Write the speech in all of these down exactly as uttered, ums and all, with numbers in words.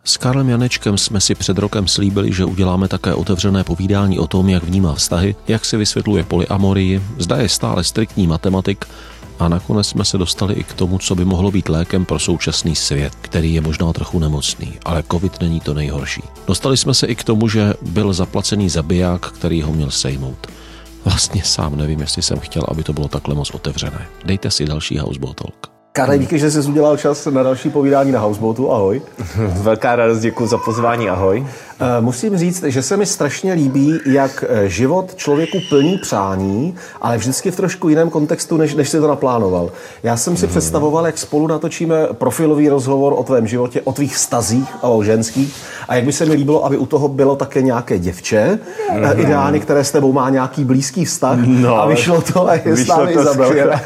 S Karlem Janečkem jsme si před rokem slíbili, že uděláme také otevřené povídání o tom, jak vnímá vztahy, jak si vysvětluje polyamorii, zda je stále striktní matematik a nakonec jsme se dostali i k tomu, co by mohlo být lékem pro současný svět, který je možná trochu nemocný, ale covid není to nejhorší. Dostali jsme se i k tomu, že byl zaplacený zabiják, který ho měl sejmout. Vlastně sám nevím, jestli jsem chtěl, aby to bylo takhle moc otevřené. Dejte si další Houseboat Talk. Karle, díky, že jsi udělal čas na další povídání na Houseboatu. Ahoj. Velká radost, děkuji za pozvání. Ahoj. Musím říct, že se mi strašně líbí, jak život člověku plní přání, ale vždycky v trošku jiném kontextu, než, než si to naplánoval. Já jsem si mm. představoval, jak spolu natočíme profilový rozhovor o tvém životě, o tvých vztazích a o ženských. A jak by se mi líbilo, aby u toho bylo také nějaké děvče, mm. ideálně, které s tebou má nějaký blízký vztah. No, a vyšlo to a je s námi Izabelka.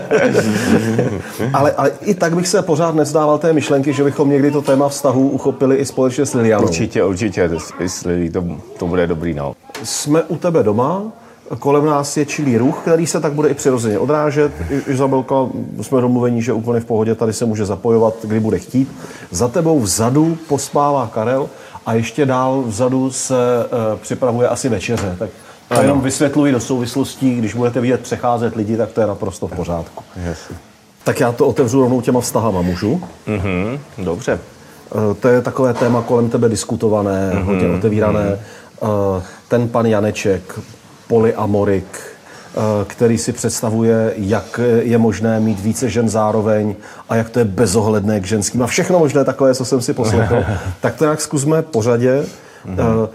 ale, ale i tak bych se pořád nevzdával té myšlenky, že bychom někdy to téma vztahu uchopili i společně s Lilianou. Určitě, určitě. Jestli to, to bude dobrý, no. Jsme u tebe doma, kolem nás je čilý ruch, který se tak bude i přirozeně odrážet. Izabelka, jsme domluvení, že úplně v pohodě tady se může zapojovat, kdy bude chtít. Za tebou vzadu pospává Karel a ještě dál vzadu se uh, připravuje asi večeře. Tak to jenom vysvětluji do souvislostí, když budete vidět přecházet lidi, tak to je naprosto v pořádku. Yes. Tak já to otevřu rovnou těma vztahama, můžu? Mm-hmm, dobře. To je takové téma kolem tebe diskutované, mm-hmm. hodně otevírané. Mm-hmm. Ten pan Janeček, polyamorik, který si představuje, jak je možné mít více žen zároveň a jak to je bezohledné k ženským a všechno možné takové, co jsem si poslechl. Tak to nějak zkusme pořadě. Mm-hmm.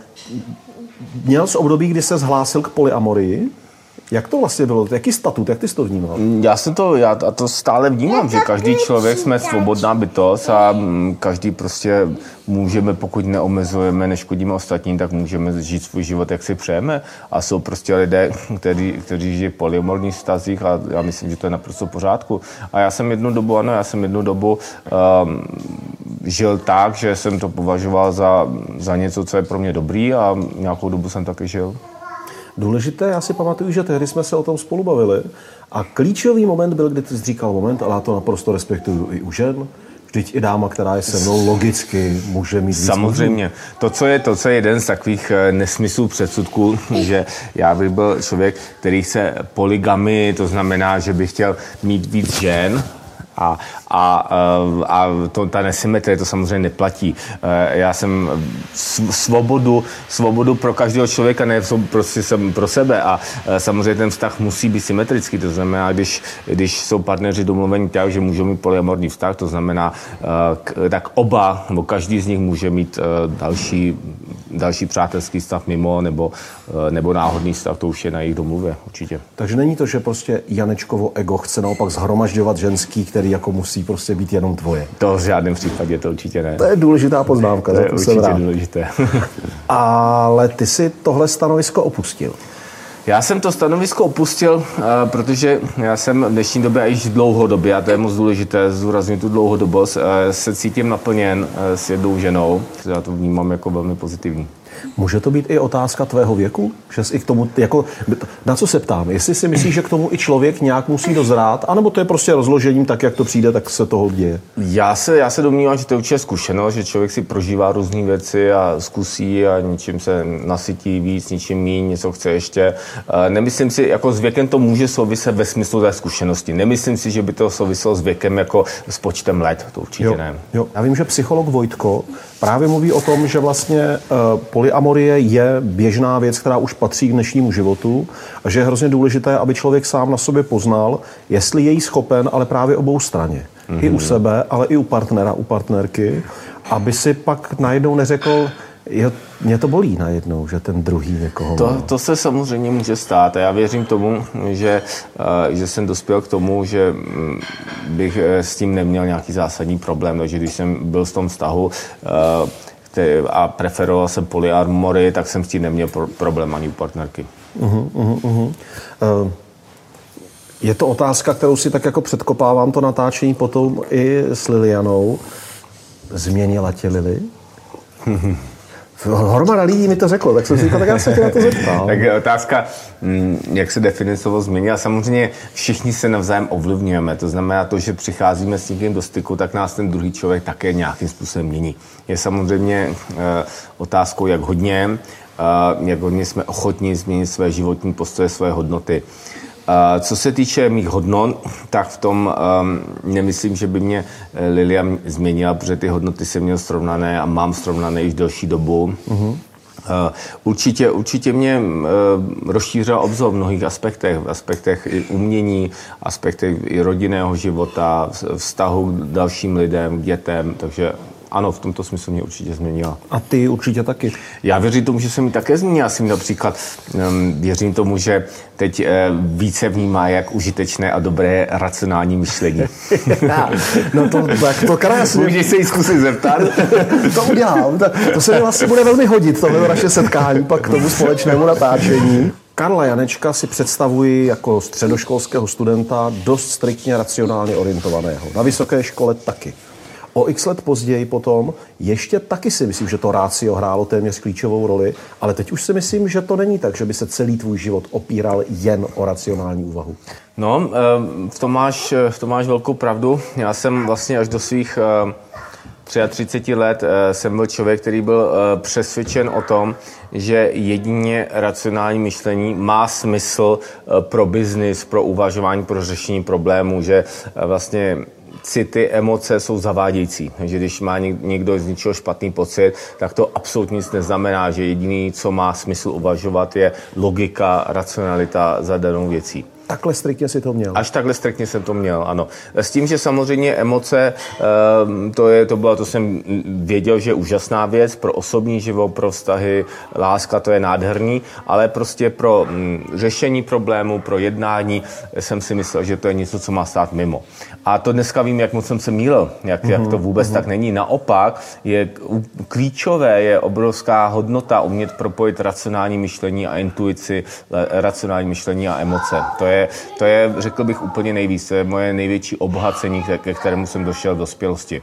Měl jsi období, kdy se zhlásil k polyamorii? Jak to vlastně bylo? Jaký statut? Jak ty jsi to vnímal? Já jsem to, já to stále vnímám, že každý člověk jsme svobodná bytost a každý prostě můžeme, pokud neomezujeme, neškodíme ostatním, tak můžeme žít svůj život, jak si přejeme. A jsou prostě lidé, kteří, kteří žijí v polyamorních vztazích a já myslím, že to je naprosto v pořádku. A já jsem jednu dobu, ano, já jsem jednu dobu um, žil tak, že jsem to považoval za, za něco, co je pro mě dobrý a nějakou dobu jsem taky žil. Důležité, já si pamatuju, že tehdy jsme se o tom spolu bavili a klíčový moment byl, kdy ty jsi říkal moment, ale já to naprosto respektuju i u žen, vždyť i dáma, která je se mnou, logicky může mít víc. Samozřejmě. To, co je, to, co je jeden z takových nesmyslů předsudků, že já bych byl člověk, který chce polygamy, to znamená, že bych chtěl mít víc žen, A, a, a to, ta nesymetrie to samozřejmě neplatí. Já jsem svobodu, svobodu pro každého člověka, ne prostě jsem pro sebe a samozřejmě ten vztah musí být symetrický. To znamená, když, když jsou partneři domluveni tak, že můžou mít polyamorní vztah, to znamená, tak oba, nebo každý z nich může mít další, další přátelský vztah mimo nebo, nebo náhodný vztah, to už je na jejich domluvě určitě. Takže není to, že prostě Janečkovo ego chce naopak zhromažďovat ženský, který jako musí prostě být jenom tvoje. To v žádném případě, to určitě ne. To je důležitá poznámka. To je určitě důležité. Ale ty si tohle stanovisko opustil. Já jsem to stanovisko opustil, protože já jsem v dnešní době a již dlouhodobě, a to je moc důležité, zdůraznit tu dlouhodobost, se cítím naplněn s jednou ženou, já to vnímám jako velmi pozitivní. Může to být i otázka tvého věku? Že jsi i k tomu, jako, na co se ptám? Jestli si myslíš, že k tomu i člověk nějak musí dozrát, anebo to je prostě rozložením, tak jak to přijde, tak se toho děje? Já se, já se domnívám, že to je určitě zkušenost, že člověk si prožívá různé věci a zkusí a něčím se nasytí víc, něčím míň, něco chce ještě. Nemyslím si, jako s věkem to může souviset ve smyslu té zkušenosti. Nemyslím si, že by to souviselo s věkem jako s počtem let, to určitě jo, ne. Jo. Já vím, že psycholog Vojtko právě mluví o tom, že vlastně uh, polyamorie je běžná věc, která už patří k dnešnímu životu a že je hrozně důležité, aby člověk sám na sobě poznal, jestli je jí schopen, ale právě obou straně. Mm-hmm. I u sebe, ale i u partnera, u partnerky, aby si pak najednou neřekl, je, mě to bolí najednou, že ten druhý někoho to, to se samozřejmě může stát a já věřím tomu, že, uh, že jsem dospěl k tomu, že bych s tím neměl nějaký zásadní problém, takže když jsem byl v tom vztahu uh, a preferoval jsem polyamorii, tak jsem s tím neměl pro- problém ani u partnerky. Uh-huh, uh-huh, uh-huh. Uh, je to otázka, kterou si tak jako předkopávám to natáčení potom i s Lilianou. Změnila tě Lili? Hromada lidí mi to řeklo, tak jsem si říkal, tak já se tě na to zeptal. Tak je otázka, jak se definice slovo změní. A samozřejmě všichni se navzájem ovlivňujeme. To znamená to, že přicházíme s někým do styku, tak nás ten druhý člověk také nějakým způsobem mění. Je samozřejmě otázkou, jak hodně, jak hodně jsme ochotní změnit své životní postoje, své hodnoty. Co se týče mých hodnot, tak v tom um, nemyslím, že by mě Lilia změnila, protože ty hodnoty jsem měl srovnané a mám srovnané již delší dobu. Uh-huh. Uh, určitě, určitě mě uh, rozšířila obzor v mnohých aspektech, v aspektech i umění, aspektech i rodinného života, vztahu k dalším lidem, k dětem, takže ano, v tomto smyslu mě určitě změnila. A ty určitě taky. Já věřím tomu, že se mi také změnila. Já si například um, věřím tomu, že teď uh, více vnímá, jak užitečné a dobré racionální myšlení. No to, tak to krásně. Můžeš se jí zkusit zeptat? To udělám. To se mi vlastně bude velmi hodit, tohle naše setkání, pak k tomu společnému natáčení. Karla Janečka si představuji jako středoškolského studenta dost striktně racionálně orientovaného. Na vysoké škole taky. O x let později potom ještě taky si myslím, že to ratio hrálo téměř klíčovou roli, ale teď už si myslím, že to není tak, že by se celý tvůj život opíral jen o racionální úvahu. No, v tom máš, v tom máš velkou pravdu. Já jsem vlastně až do svých třiceti tří let jsem byl člověk, který byl přesvědčen o tom, že jedině racionální myšlení má smysl pro biznis, pro uvažování, pro řešení problémů, že vlastně city, emoce jsou zavádějící. Takže když má někdo z něčeho špatný pocit, tak to absolutně nic neznamená, že jediný, co má smysl uvažovat, je logika, racionalita za danou věcí. Takhle striktně si to měl? Až takhle striktně jsem to měl, ano. S tím, že samozřejmě emoce, to, je, to, bylo, to jsem věděl, že je úžasná věc pro osobní život, pro vztahy, láska, to je nádherný, ale prostě pro řešení problémů, pro jednání jsem si myslel, že to je něco, co má stát mimo. A to dneska vím, jak moc jsem se mýlil, jak, mm-hmm. jak to vůbec mm-hmm. tak není. Naopak je klíčové, je obrovská hodnota umět propojit racionální myšlení a intuici, racionální myšlení a emoce. To je To je, řekl bych, úplně nejvíc. To je moje největší obohacení, ke kterému jsem došel v dospělosti.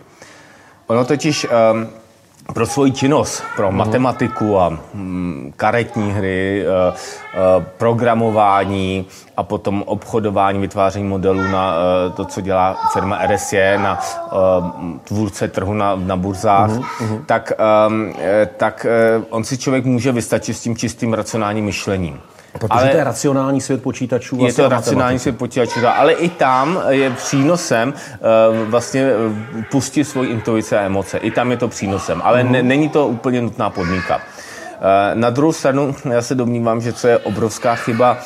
Ono totiž um, pro svoji činnost, pro mm. matematiku a um, karetní hry, uh, uh, programování a potom obchodování, vytváření modelů na uh, to, co dělá firma R S J, na uh, tvůrce trhu na, na burzách, mm. tak, um, tak uh, on si člověk může vystačit s tím čistým racionálním myšlením. Protože ale to je racionální svět počítačů. Je to racionální svět počítačů, ale i tam je přínosem uh, vlastně pustit svoji intuice a emoce. I tam je to přínosem, ale mm. ne, není to úplně nutná podmínka. Na druhou stranu, já se domnívám, že co je obrovská chyba,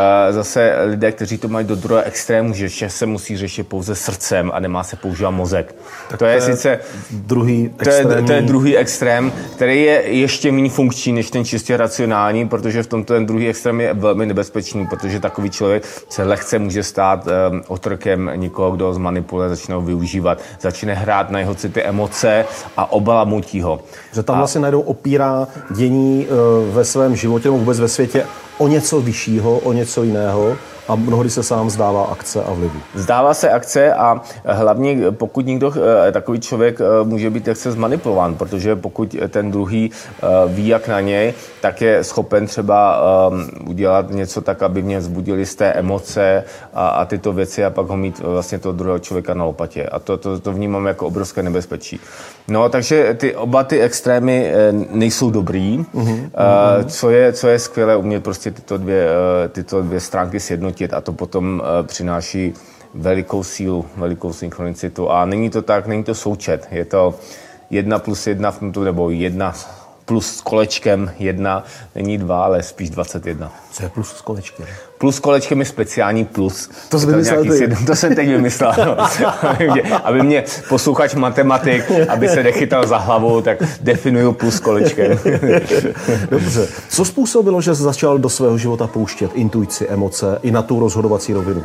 zase lidé, kteří to mají do druhého extrému, že vše se musí řešit pouze srdcem a nemá se používat mozek. Tak to je, to je sice druhý to je, to je druhý extrém, který je ještě méně funkční než ten čistě racionální, protože v tomto ten druhý extrém je velmi nebezpečný, protože takový člověk se lehce může stát um, otrokem někoho, kdo ho zmanipuluje, začne ho využívat, začne hrát na jeho city, emoce a obalamutí ho. Že tam a... vlastně najednou opírá dění ve svém životě nebo vůbec ve světě o něco vyššího, o něco jiného a mnohdy se sám zdává akce a vlivu. Zdává se akce a hlavně pokud někdo, takový člověk může být lehce zmanipulován, protože pokud ten druhý ví, jak na něj, tak je schopen třeba udělat něco tak, aby mě vzbudili z té emoce a, a tyto věci a pak ho mít vlastně toho druhého člověka na lopatě. A to, to, to vnímám jako obrovské nebezpečí. No, takže ty oba ty extrémy nejsou dobrý. Mm-hmm. Co je, co je skvělé umět prostě tyto dvě, tyto dvě stránky sjednotit a to potom přináší velikou sílu, velikou synchronicitu. A není to tak, není to součet. Je to jedna plus jedna, v tomto, nebo jedna plus s kolečkem jedna, není dva, ale spíš dvacet jedna. Co je plus s kolečkem? Plus s kolečkem je speciální plus. To, to, nějaký, to jsem teď vymyslel. No. Aby mě posluchač matematik, aby se nechytal za hlavu, tak definuju plus s kolečkem. Dobře. Co způsobilo, že jsi začal do svého života pouštět intuici, emoce i na tu rozhodovací rovinu?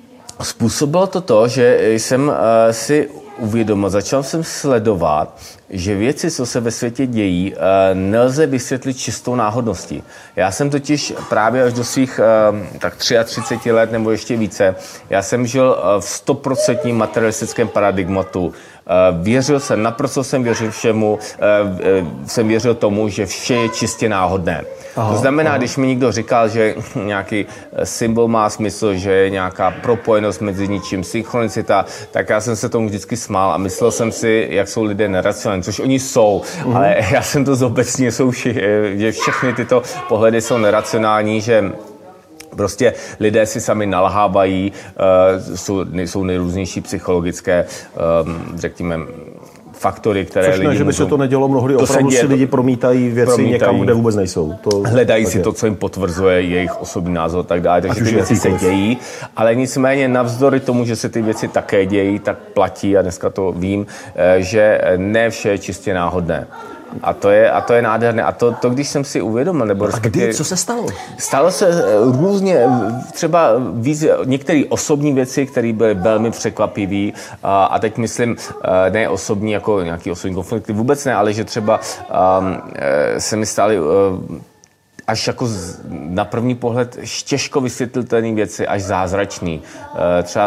Způsobilo to to, že jsem uh, si uvědomil, začal jsem sledovat, že věci, co se ve světě dějí, nelze vysvětlit čistou náhodností. Já jsem totiž právě až do svých tak třicet tři let nebo ještě více, já jsem žil v stoprocentním materialistickém paradigmatu. Věřil jsem, naprosto jsem věřil všemu, jsem věřil tomu, že vše je čistě náhodné. Aha, to znamená, aha. Když mi někdo říkal, že nějaký symbol má smysl, že je nějaká propojenost mezi ničím, synchronicita, tak já jsem se tomu vždycky smál a myslel jsem si, jak jsou lidé neracionální, což oni jsou, mm. ale já jsem to zobecně, jsou vši, že všechny tyto pohledy jsou neracionální, že prostě lidé si sami nalhávají, uh, jsou, jsou nejrůznější psychologické, um, řekněme, faktory, které Což ne, lidi že by můžou... se to nedělo mnohdy, to opravdu si lidi promítají věci promítají, někam, kde vůbec nejsou. To, hledají si to, co jim potvrzuje jejich osobní názor a tak dále, takže ty věci se dějí, ale nicméně navzdory tomu, že se ty věci také dějí, tak platí, a dneska to vím, že ne vše je čistě náhodné. A to je, a to je nádherné. A to, to, když jsem si uvědomil, nebo a kdy, co se stalo? Stalo se různě, třeba víc, některé osobní věci, které byly velmi překvapivé. A, a teď myslím, ne osobní, jako nějaký osobní konflikty, vůbec ne, ale že třeba um, se mi staly um, až jako z, na první pohled těžko vysvětlitelné věci, až zázračný. Uh, třeba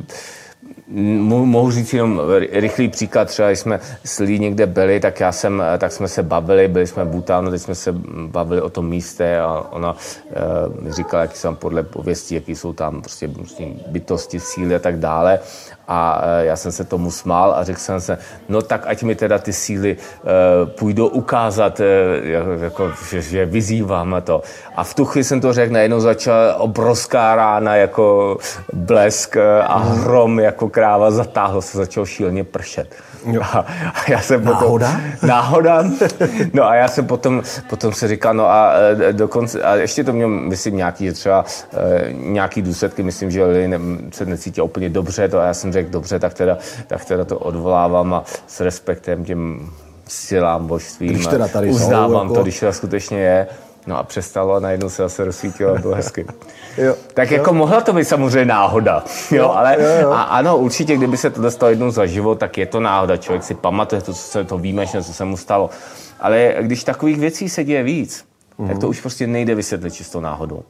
Mohu říct jenom rychlý příklad, třeba když jsme s Lí někde byli, tak, já jsem, tak jsme se bavili, byli jsme v Bhutánu, teď jsme se bavili o tom místě a ona e, mi říkala, jaký jsou tam podle pověstí, jaký jsou tam prostě, prostě bytosti, síly a tak dále. A e, já jsem se tomu smál a řekl jsem se, no tak ať mi teda ty síly e, půjdou ukázat, e, jako, že, že vyzývám a to. A v tu chvíli jsem to řekl, najednou začala obrovská rána, jako blesk a hrom, jako kráva, zatáhlo se, začalo šíleně pršet. A, a já jsem náhoda? Potom, náhoda? No a já jsem potom, potom se říkal, no a dokonce, a ještě to měl, myslím, nějaký, že třeba e, nějaký důsledky, myslím, že Lily se necítila úplně dobře, to a já jsem řekl, dobře, tak teda, tak teda to odvolávám a s respektem těm silám božstvím uznávám jako... to, když to skutečně je. No a přestalo a najednou se zase rozsvítilo a bylo hezky. Jo, tak jo. Jako mohla to být samozřejmě náhoda, jo, jo ale jo, jo. A ano, určitě, kdyby se to dostalo jednou za život, tak je to náhoda, člověk si pamatuje to, co se to výjimečné, co se mu stalo. Ale když takových věcí se děje víc, mm. tak to už prostě nejde vysvětlit čistou náhodou.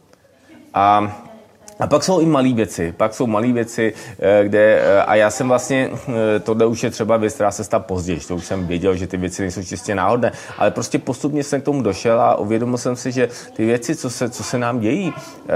A A pak jsou i malé věci, pak jsou malé věci, kde, a já jsem vlastně, tohle už je třeba věc, která se stala později, to už jsem věděl, že ty věci nejsou čistě náhodné, ale prostě postupně jsem k tomu došel a uvědomil jsem si, že ty věci, co se, co se nám dějí,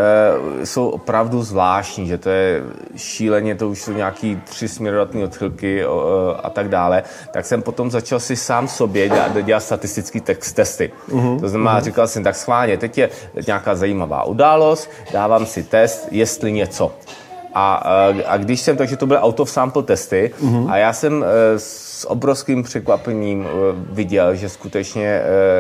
jsou opravdu zvláštní, že to je šíleně, to už jsou nějaký tři směrodatné odchylky a tak dále, tak jsem potom začal si sám sobě dělat, dělat statistický text, testy. Mm-hmm. To znamená, mm-hmm. říkal jsem, tak schválně, teď je nějaká zajímavá událost, dávám si test, jestli něco. A, a když jsem, takže to byly out of sample testy mm-hmm. a já jsem s obrovským překvapením viděl, že skutečně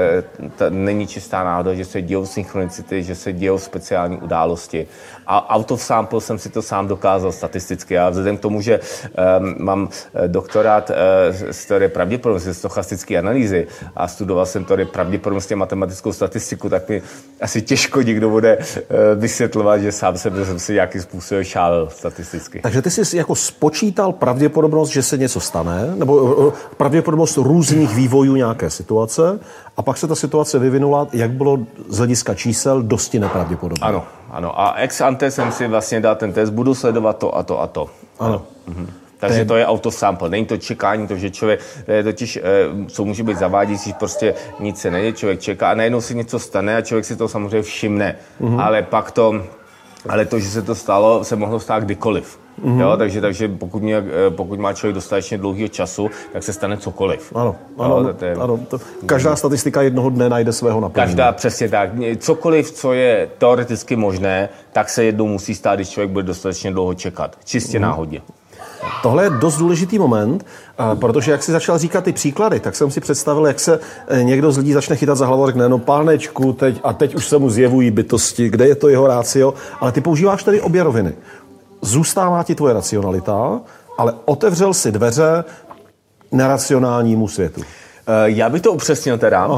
ta není čistá náhoda, že se dějou synchronicity, že se dějou speciální události. A out of sample jsem si to sám dokázal statisticky. A vzhledem k tomu, že um, mám doktorát uh, z teorie pravděpodobnosti, z stochastické analýzy a studoval jsem teorie pravděpodobnosti a matematickou statistiku, tak mi asi těžko někdo bude uh, vysvětlovat, že sám jsem, jsem si nějakým způsobem šálil statisticky. Takže ty jsi jako spočítal pravděpodobnost, že se něco stane, nebo uh, pravděpodobnost různých vývojů nějaké situace a pak se ta situace vyvinula, jak bylo z hlediska čísel dosti nepravděpodobné. Ano. Ano, a ex ante jsem si vlastně dal ten test, budu sledovat to a to a to. Ano. Mhm. Takže Ten... to je out of sample. Není to čekání, to, že člověk, totiž, co může být zavádějící, prostě nic se neděje, člověk čeká a najednou si něco stane a člověk si to samozřejmě všimne. Mhm. Ale pak to, ale to, že se to stalo, se mohlo stát kdykoliv. Mm-hmm. Jo, takže, takže pokud, mě, pokud má člověk dostatečně dlouhého času, tak se stane cokoliv. Ano, ano, jo, to je, ano to, každá statistika jednoho dne najde svého naplnění. Každá, přesně tak. Cokoliv, co je teoreticky možné, tak se jednou musí stát, když člověk bude dostatečně dlouho čekat. Čistě mm-hmm. náhodně. Tohle je dost důležitý moment, protože jak jsi začal říkat ty příklady, tak jsem si představil, jak se někdo z lidí začne chytat za hlavu a řekne, no pánečku, teď, a teď už se mu zjevují bytosti, kde je to jeho rácio, ale ty používáš tady obě roviny. Zůstává ti tvoje racionalita, ale otevřel si dveře neracionálnímu světu. Já bych to upřesnil teda. Aha.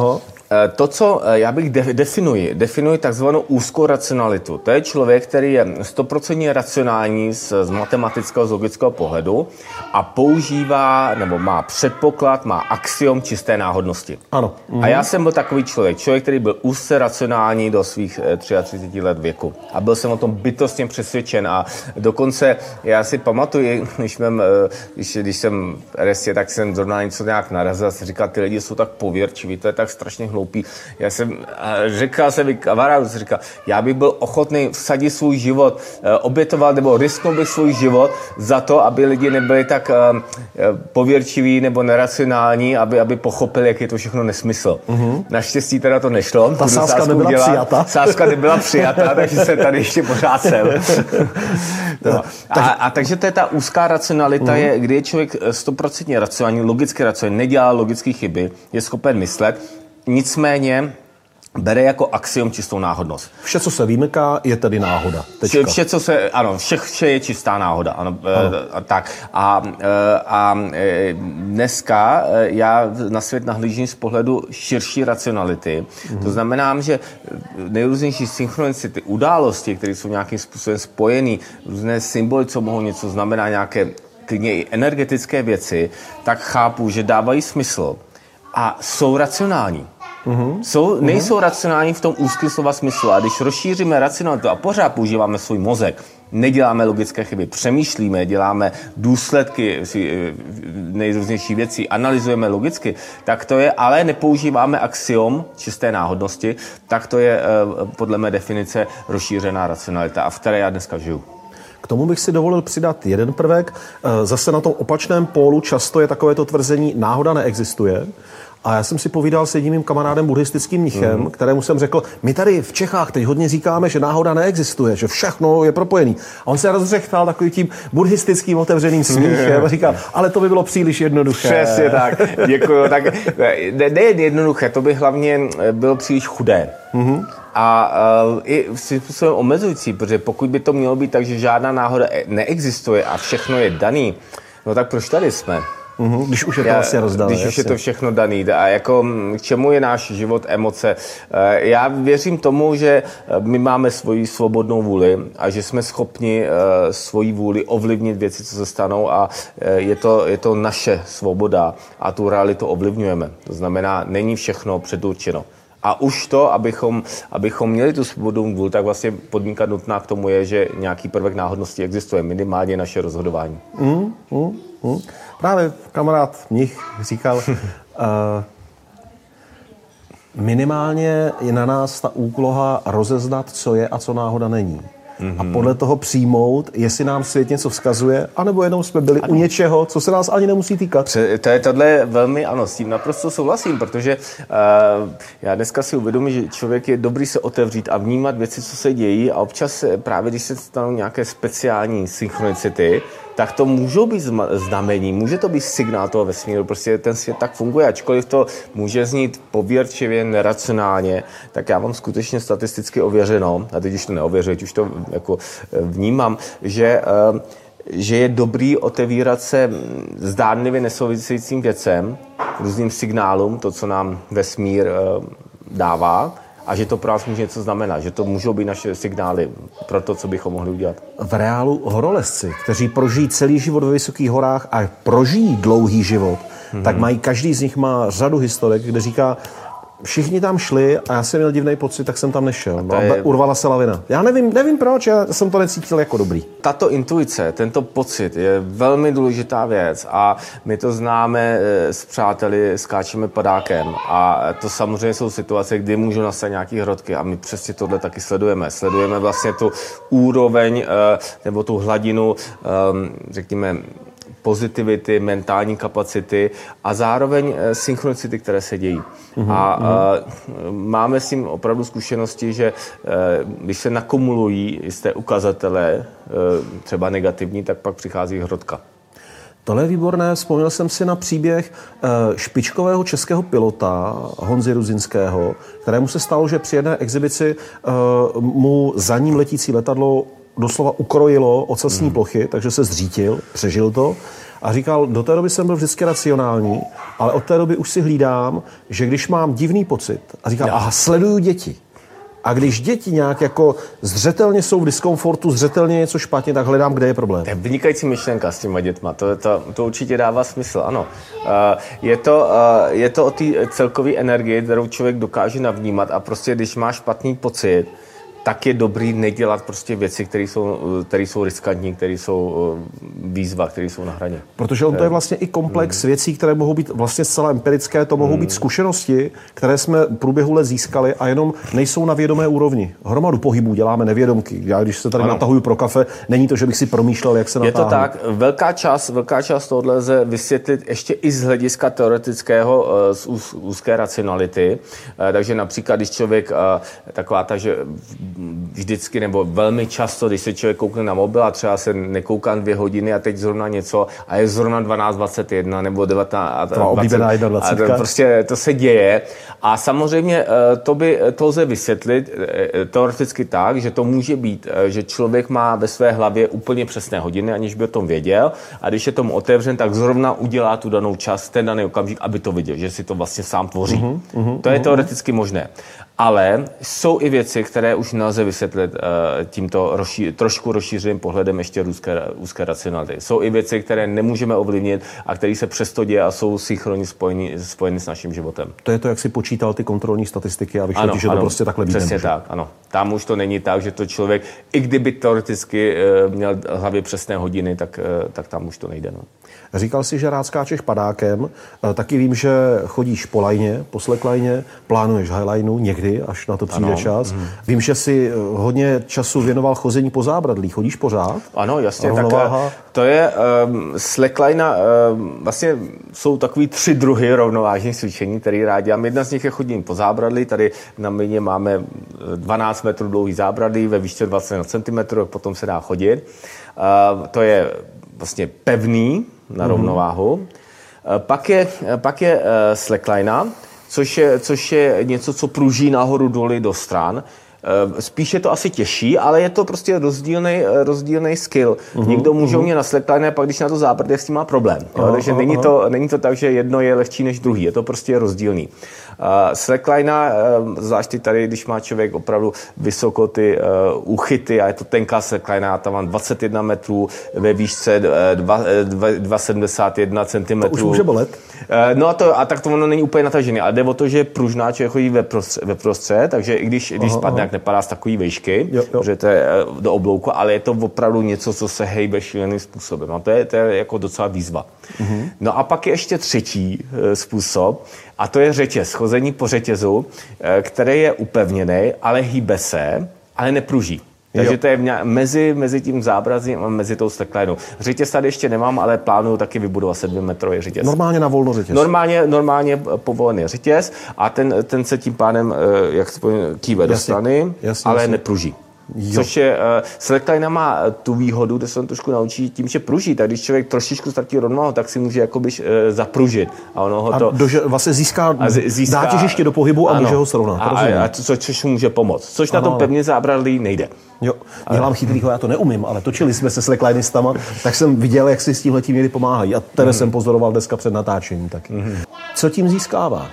To, co já bych de- definuji, definuji takzvanou úzkou racionalitu. To je člověk, který je stoprocentně racionální z, z matematického, z logického pohledu a používá, nebo má předpoklad, má axiom čisté náhodnosti. Ano. Mhm. A já jsem byl takový člověk, člověk, který byl úzce racionální do svých třicet tři let věku. A byl jsem o tom bytostně přesvědčen a dokonce já si pamatuju, když, mém, když, když jsem v Restě, tak jsem zrovna něco nějak narazil a si říkal, ty lidi jsou tak pověrčiví, to je tak strašně hloupý. Já jsem řekl jsem i kamarádu, jsem říkal, já bych byl ochotný vsadit svůj život, obětovat nebo risknout bych svůj život za to, aby lidi nebyli tak pověrčiví nebo neracionální, aby, aby pochopili, jak je to všechno nesmysl. Mm-hmm. Naštěstí teda to nešlo. Ta sázka nebyla udělat. přijata. Sázka nebyla přijata, takže jsem tady ještě pořád jsem. No. A, a takže to je ta úzká racionalita, mm-hmm. je, kdy je člověk stoprocentně racionální, logicky racionální, nedělá logické chyby, je schopen myslet, nicméně bere jako axiom čistou náhodnost. Vše, co se vymyká, je tedy náhoda. Vše, vše, co se, ano, vše, vše je čistá náhoda. Ano, ano. E, tak. A, a dneska já na svět nahlížím z pohledu širší racionality. Mm-hmm. To znamená, že nejrůznější synchronicity, události, které jsou nějakým způsobem spojené, různé symboly, co mohou něco znamená, nějaké klidně i energetické věci, tak chápu, že dávají smysl a jsou racionální. Uhum. Jsou, nejsou uhum. racionální v tom úzkém slova smyslu. A když rozšíříme racionalitu a pořád používáme svůj mozek, neděláme logické chyby, přemýšlíme, děláme důsledky nejrůznější věcí, analyzujeme logicky, tak to je, ale nepoužíváme axiom čisté náhodnosti, tak to je podle mé definice rozšířená racionalita, a v které já dneska žiju. K tomu bych si dovolil přidat jeden prvek. Zase na tom opačném pólu často je takovéto tvrzení, náhoda neexistuje. A já jsem si povídal s jedním mým kamarádem buddhistickým mnichem, mm. kterému jsem řekl, my tady v Čechách teď hodně říkáme, že náhoda neexistuje, že všechno je propojený. A on se rozřechtal takovým tím buddhistickým otevřeným smíchem a říkal, ale to by bylo příliš jednoduché. Přesně tak, děkuju. Tak ne, ne jednoduché, to by hlavně bylo příliš chudé. Mm-hmm. A uh, i svým způsobem omezující, protože pokud by to mělo být tak, že žádná náhoda neexistuje a všechno je daný, no tak proč tady jsme? Uhum, když už je to vlastně rozdané. Když už je to všechno daný. A jako k čemu je náš život, emoce? Já věřím tomu, že my máme svoji svobodnou vůli a že jsme schopni svoji vůli ovlivnit věci, co se stanou, a je to, je to naše svoboda a tu realitu ovlivňujeme. To znamená, není všechno předurčeno. A už to, abychom, abychom měli tu svobodnou vůli, tak vlastně podmínka nutná k tomu je, že nějaký prvek náhodnosti existuje, minimálně naše rozhodování. Mm, mm, mm. Právě kamarád mnich říkal, uh, minimálně je na nás ta úloha rozeznat, co je a co náhoda není. Mm-hmm. A podle toho přijmout, jestli nám svět něco vzkazuje, anebo jenom jsme byli ano. u něčeho, co se nás ani nemusí týkat. To je tohle velmi, ano, s tím naprosto souhlasím, protože uh, já dneska si uvědomím, že člověk je dobrý se otevřít a vnímat věci, co se dějí, a občas právě, když se stanou nějaké speciální synchronicity, tak to můžou být znamení, může to být signál toho vesmíru, prostě ten svět tak funguje, ačkoliv to může znít pověrčivě, neracionálně, tak já mám skutečně statisticky ověřeno, a teď už to neověřuji, už to jako vnímám, že, že je dobrý otevírat se zdánlivě nesouvisejícím věcem, různým signálům, to, co nám vesmír dává, a že to pro nás může něco znamenat, že to můžou být naše signály pro to, co bychom mohli udělat. V reálu horolezci, kteří prožijí celý život ve vysokých horách a prožijí dlouhý život, mm-hmm. tak mají, každý z nich má řadu historek, kde říká, všichni tam šli a já jsem měl divný pocit, tak jsem tam nešel. No, je... Urvala se lavina. Já nevím, nevím proč, já jsem to necítil jako dobrý. Tato intuice, tento pocit je velmi důležitá věc a my to známe s přáteli, skáčeme padákem a to samozřejmě jsou situace, kdy můžou nastat nějaký hrotky a my přesně tohle taky sledujeme. Sledujeme vlastně tu úroveň nebo tu hladinu, řekněme, pozitivity, mentální kapacity a zároveň synchronicity, které se dějí. Mm-hmm. A, a máme s tím opravdu zkušenosti, že když se nakumulují jisté ukazatele, třeba negativní, tak pak přichází hrotka. Tohle je výborné. Vzpomněl jsem si na příběh špičkového českého pilota Honzy Ruzinského, kterému se stalo, že při jedné exibici mu za ním letící letadlo doslova ukrojilo ocasní mm. plochy, takže se zřítil, přežil to. A říkal, do té doby jsem byl vždycky racionální, ale od té doby už si hlídám, že když mám divný pocit a říkám, aha, sleduju děti. A když děti nějak jako zřetelně jsou v diskomfortu, zřetelně něco špatně, tak hledám, kde je problém. To je vynikající myšlenka s těma dětma, to, to, to určitě dává smysl, ano. Je to, je to o té celkové energii, kterou člověk dokáže navnímat a prostě když má špatný pocit, tak je dobrý nedělat prostě věci, které jsou, které jsou riskantní, které jsou výzva, které jsou na hraně. Protože on to je vlastně i komplex hmm. věcí, které mohou být vlastně zcela empirické, to mohou hmm. být zkušenosti, které jsme v průběhu let získali a jenom nejsou na vědomé úrovni. Hromadu pohybů děláme nevědomky. Já když se tady ano. natahuju pro kafe, není to, že bych si promýšlel, jak se natáhnu. Je to tak, velká část, velká část tohohle lze vysvětlit ještě i z hlediska teoretického, z úz, úzké racionality. Takže například, když člověk taková ta, že vždycky nebo velmi často, když se člověk koukne na mobil a třeba se nekouká dvě hodiny a teď zrovna něco a je zrovna dvanáct dvacet jedna nebo devatenáct dvacet. A prostě to se děje. A samozřejmě to by to lze vysvětlit teoreticky tak, že to může být, že člověk má ve své hlavě úplně přesné hodiny, aniž by o tom věděl. A když je tomu otevřen, tak zrovna udělá tu danou čas, ten daný okamžik, aby to viděl, že si to vlastně sám tvoří. Uh-huh, uh-huh, to je teoreticky možné. Ale jsou i věci, které už nelze vysvětlit uh, tímto rozší, trošku rozšířeným pohledem ještě úzké, úzké racionality. Jsou i věci, které nemůžeme ovlivnit a které se přesto dějí a jsou synchronně spojeny, spojeny s naším životem. To je to, jak si počítal ty kontrolní statistiky a vyšlo ti, že to prostě takhle být přesně nemůže. Tak, ano. Tam už to není tak, že to člověk, i kdyby teoreticky uh, měl v hlavě přesné hodiny, tak, uh, tak tam už to nejde. No. Říkal jsi, že rád skáčeš padákem, taky vím, že chodíš po lajně, po slackline, plánuješ highlineu někdy, až na to přijde ano. čas. Mm. Vím, že jsi hodně času věnoval chození po zábradlí. Chodíš pořád? Ano, jasně. Tak, to je um, slackline, um, vlastně jsou takový tři druhy rovnovážných cvičení, které rád dělám. Jedna z nich je chodění po zábradlí. Tady na mlýně máme dvanáct metrů dlouhý zábradlí ve výšce dvacet centimetrů, potom se dá chodit. Uh, to je vlastně pevný na rovnováhu. Mm-hmm. Pak je, pak je uh, slackline, což je, což je něco, co pruží nahoru doly do stran. Uh, spíš je to asi těžší, ale je to prostě rozdílný, rozdílný skill. Mm-hmm. Někdo může umět na slackline, a pak když na to zábradlí, s tím má problém. Jo? Takže aha, není, aha. To, není to tak, že jedno je lehčí než druhý. Je to prostě rozdílný. Uh, slackline, uh, zvlášť tady, když má člověk opravdu vysoko ty uh, úchyty a je to tenká slackline, tam mám dvacet jedna metrů ve výšce dva sedmdesát jedna centimetrů. To už může bolet. Uh, no a, to, a tak to ono není úplně natažené, ale jde o to, že je pružná, člověk chodí ve prostřed, ve prostřed takže i když, když aha, spadne, aha. jak nepadá z takový výšky, jo, jo. že to je uh, do oblouku, ale je to opravdu něco, co se hejbe šíleným způsobem. A to je, to je jako docela výzva. Uh-huh. No a pak je ještě třetí uh, způsob, a to je řetěz, chození po řetězu, který je upevněný, ale hýbe se, ale nepruží. Takže jo. to je mezi, mezi tím zábrazím a mezi tou slacklineou. Řetěz tady ještě nemám, ale plánuju taky vybudovat sedmimetrový řetěz. Normálně na volno řetěz. Normálně, normálně povolený řetěz a ten, ten se tím pádem, jak se povím, kýve do strany, jasně, ale jasně. nepruží. Jo. Což je, uh, slackline má tu výhodu, kde se on trošku naučí tím, že pruží, tak když člověk trošičku ztratí rovnováhu, tak si může jakoby uh, zapružit. A ono ho to... A dože, vlastně získá, získá dá těžiště do pohybu a ano, může ho srovnat. A, a, a co, což mu může pomoct. Což ano. na tom pevně zábradlí nejde. Jo, dělám chytrýho, já to neumím, ale točili jsme se slacklinistama, tak jsem viděl, jak si s tímhletím měli pomáhají. A tebe mm. jsem pozoroval dneska před natáčením taky. Mm. Co tím získáváš?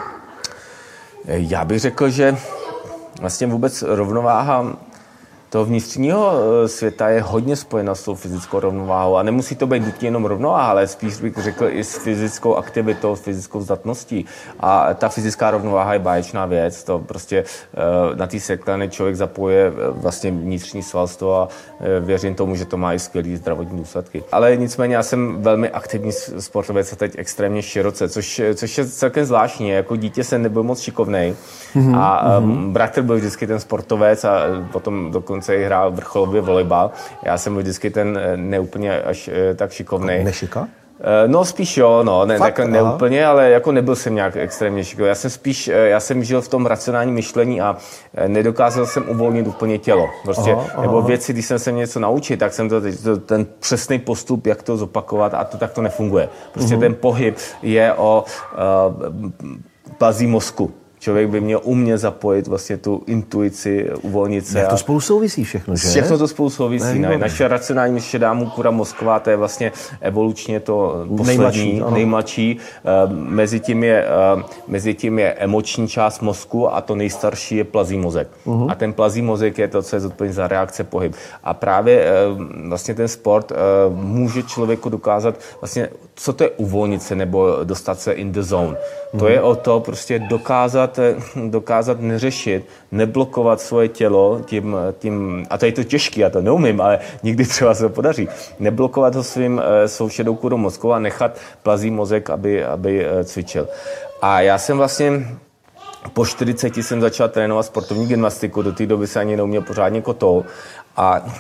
Já bych řekl, že vlastně vůbec rovnováha toho vnitřního světa je hodně spojena s tou fyzickou rovnováhou a nemusí to být nutně jenom rovnováha, ale spíš bych řekl i s fyzickou aktivitou, s fyzickou zdatností. A ta fyzická rovnováha je báječná věc, to prostě na té slackline člověk zapojuje vlastně vnitřní svalstvo a věřím tomu, že to má i skvělý zdravotní důsledky. Ale nicméně já jsem velmi aktivní sportovec a teď extrémně široce, což, což je celkem zvláštní. Jako dítě jsem nebyl moc šikovnej mm-hmm. a um, bratr byl vždycky ten sportovec a potom dokonce se hrál vrcholově volejbal. Já jsem vždycky ten neúplně až tak šikovnej. Nešika? No spíš jo, no, ne, tak neúplně, ale jako nebyl jsem nějak extrémně šikovný. Já jsem spíš, já jsem žil v tom racionálním myšlení a nedokázal jsem uvolnit úplně tělo. Prostě, aha, aha. nebo věci, když jsem se něco naučit, tak jsem to, to ten přesný postup, jak to zopakovat a to tak to nefunguje. Prostě uh-huh. ten pohyb je o uh, bazí mozku. Člověk by měl umět zapojit vlastně tu intuici, uvolnit se. Jak to spolu souvisí všechno, že? Všechno to spolu souvisí. Ne, Naše racionální šedá kůra mozková, to je vlastně evolučně to poslední, nejmladší. nejmladší. Mezi tím, je, mezi tím je emoční část mozku a to nejstarší je plazí mozek. Uh-huh. A ten plazí mozek je to, co je zodpovědný za reakce, pohyb. A právě vlastně ten sport může člověku dokázat vlastně, co to je uvolnit se nebo dostat se in the zone. Uh-huh. To je o to prostě dokázat dokázat neřešit, neblokovat svoje tělo tím, tím a to je to těžké, já to neumím, ale někdy třeba se to podaří, neblokovat ho svým, svou šedou kůrou mozku a nechat plazí mozek, aby, aby cvičil. A já jsem vlastně po čtyřiceti jsem začal trénovat sportovní gymnastiku, do té doby se ani neuměl pořádně kotou a e,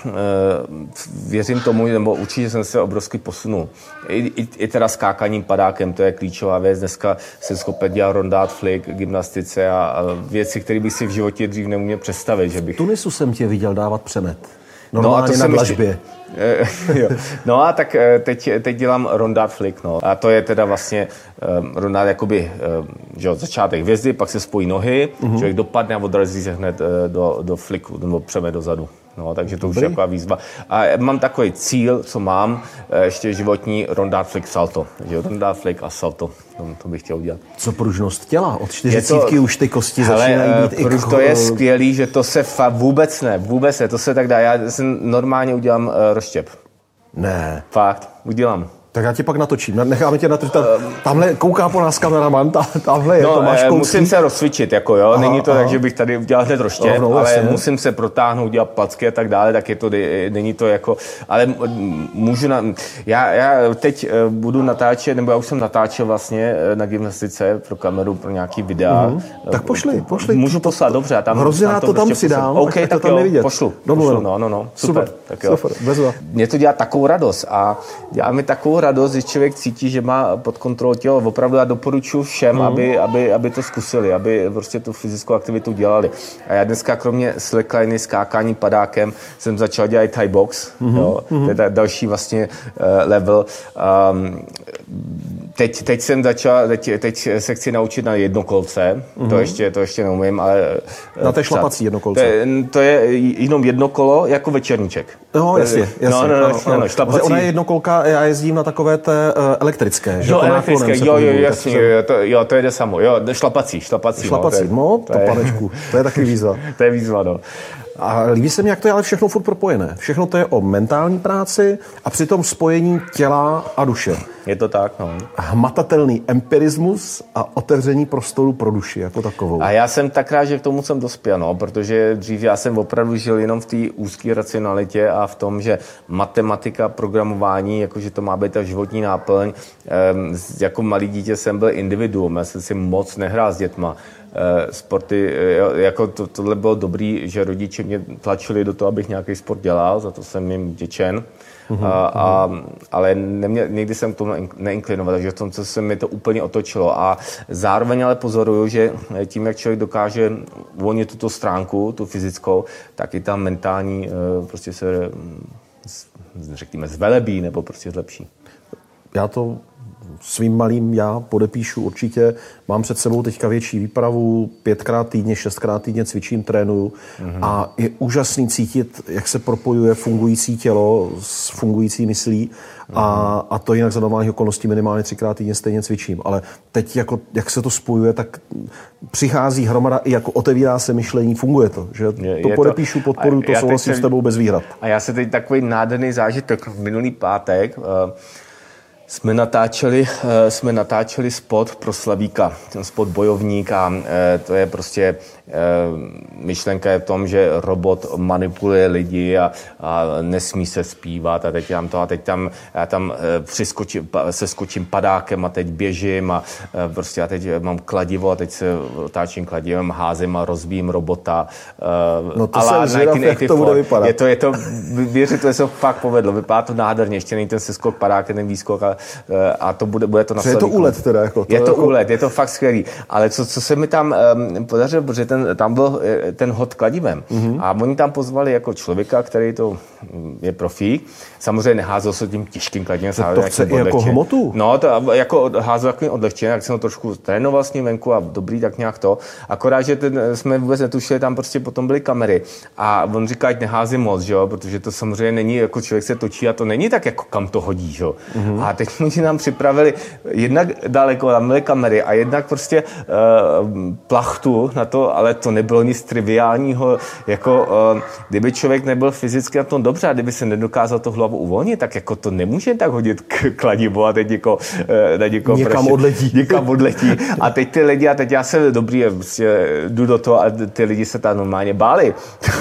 věřím tomu, nebo určitě jsem se obrovsky posunul. I, i, i teda skákaním padákem, to je klíčová věc. Dneska jsem schopen dělat rondát, flick, gymnastice a, a věci, které bych si v životě dřív neuměl představit. Že bych... V Tunisu jsem tě viděl dávat přemet. Normálně no na dlažbě. Ještě... no a tak teď, teď dělám rondát flick, no. A to je teda vlastně um, rondát jakoby, um, že jo, začátek hvězdy, pak se spojí nohy, uh-huh. člověk dopadne a odrazí se hned uh, do, do flicku, nebo přeme dozadu. No, takže to Dobrý. Už je taková výzva. A mám takový cíl, co mám, ještě životní rondát flick salto. Takže rondát flick a salto, to, to bych chtěl udělat. Co pružnost těla? Od čtyřicítky už ty kosti hele, začínají být i... Pruž, to je skvělý, že to se fa- vůbec ne, vůbec ne, to se tak dá. Já jsem normálně udělám uh, rozštěp. Ne. Fakt, udělám. Tak já tě pak natočím. Necháme tě natočit. Tam, tamhle kouká po nás kameraman, tam, tamhle je no, to, máš musím se rozcvičit, jako jo. Aha, není to aha. tak, že bych tady udělal hned rozštěp, no, no, ale jasně. musím se protáhnout, dělat placky a tak dále, tak je to, není to jako, ale můžu, na, já, já teď budu natáčet, nebo já už jsem natáčel vlastně na gymnastice pro kameru, pro nějaký videa. Mm-hmm. Tak pošli, pošli. Můžu poslat, dobře. Já tam, hrozně rád to, to tam prostě přidám, OK, tak, tak to tam jo, nevidět. pošlu, Domluveno. pošlu, no, no, no, super. Super, tak jo. super, bezva. Mě to dělá takovou radost a dělá mi takovou radost, že člověk cítí, že má pod kontrolou tělo. Opravdu já doporučuji všem, mm. aby, aby, aby to zkusili, aby prostě tu fyzickou aktivitu dělali. A já dneska kromě slackliney, skákání padákem jsem začal dělat Thai box. Mm-hmm. Jo. Mm-hmm. To je další vlastně uh, level. Um, teď, teď jsem začal, teď, teď se chci naučit na jednokolce. Mm-hmm. To ještě, to ještě neumím, ale... Na té šlapací jednokolce. To je, to je jenom jedno kolo jako večerníček. No, jasně, jasně. No, no, no, no, no, šlapací. Ona je jednokolka, já jezdím na takové té uh, elektrické. Že jo, to elektrické, jo, jo, jasně, jo, to, jo, to jde samo. Jo, šlapací, šlapací. Šlapací, no, no to, to je, panečku, to je taky výzva. To je výzva, no. A líbí se mi, jak to je ale všechno furt propojené. Všechno to je o mentální práci a přitom spojení těla a duše. Je to tak, no. Hmatatelný empirismus a otevření prostoru pro duši jako takovou. A já jsem tak rád, že k tomu jsem dospěl, no, protože dřív já jsem opravdu žil jenom v té úzké racionalitě a v tom, že matematika, programování, jakože to má být ta životní náplň. Ehm, jako malý dítě jsem byl individuum, já jsem si moc nehrál s dětma. Sporty, jako to, tohle bylo dobrý, že rodiče mě tlačili do toho, abych nějaký sport dělal, za to jsem jim vděčen. Uhum, a, a, ale neměl, nikdy jsem k tomu neinklinoval, takže v tom, co se mi to úplně otočilo. A zároveň ale pozoruju, že tím, jak člověk dokáže uvolnit tuto stránku, tu fyzickou, tak i ta mentální prostě se, řekněme, zvelebí nebo prostě zlepší. Já to svým malým já podepíšu určitě. Mám před sebou teďka větší výpravu, pětkrát týdně, šestkrát týdně cvičím, trénuju mm-hmm. a je úžasný cítit, jak se propojuje fungující tělo s fungující myslí mm-hmm. a, a to jinak za normálních okolností minimálně třikrát týdně stejně cvičím. Ale teď, jako, jak se to spojuje, tak přichází hromada i jako otevírá se myšlení, funguje to. Že je, to je podepíšu, podporuju, to souhlasím s tebou bez výhrad. A já se teď takový nádherný zážitek v minulý pátek uh, Jsme natáčeli, jsme natáčeli spot pro Slavíka, ten spot Bojovník a to je prostě myšlenka je v tom, že robot manipuluje lidi a, a nesmí se zpívat a teď tam to a teď tam, já tam přiskočím, se skočím padákem a teď běžím a prostě já teď mám kladivo a teď se otáčím kladivem, házím a rozbím robota. No to jsem zvědav, jak to bude vypadat. Je to, je to, věřit, to se fakt povedlo, vypadá to nádherně, ještě není ten seskok padákem, ten výskok, ale a to bude, bude to na Je to úlet teda? Jako, to je to jako... úlet, je to fakt skvělý. Ale co, co se mi tam um, podařilo, protože ten, tam byl ten hod kladivem mm-hmm. a oni tam pozvali jako člověka, který to je profík. Samozřejmě neházel se tím těžkým kladivem. To, to chce i jako hmotu? No, to jako házel takový odlehčený, jak jsem to trošku trénoval s ním venku a dobrý, tak nějak to. Akorát, že ten, jsme vůbec netušili, tam prostě potom byly kamery a on říká, ať nehází moc, že jo, protože to samozřejmě není, jako člověk se točí a to není tak, jako kam to hodí, že jo. Mm-hmm. A teď oni nám připravili jednak daleko, tam byly kamery a jednak prostě uh, plachtu na to, ale to nebylo nic triviálního, jako uh, kdyby člověk nebyl fyzicky na tom dobře a kdyby se nedokázal to hlavu uvolnit, tak jako to nemůže tak hodit k kladivu a teď něko, uh, něko někam prostě, odletí. Někam odletí. A teď ty lidi, a teď já se dobrý, prostě jdu do toho a ty lidi se tam normálně báli.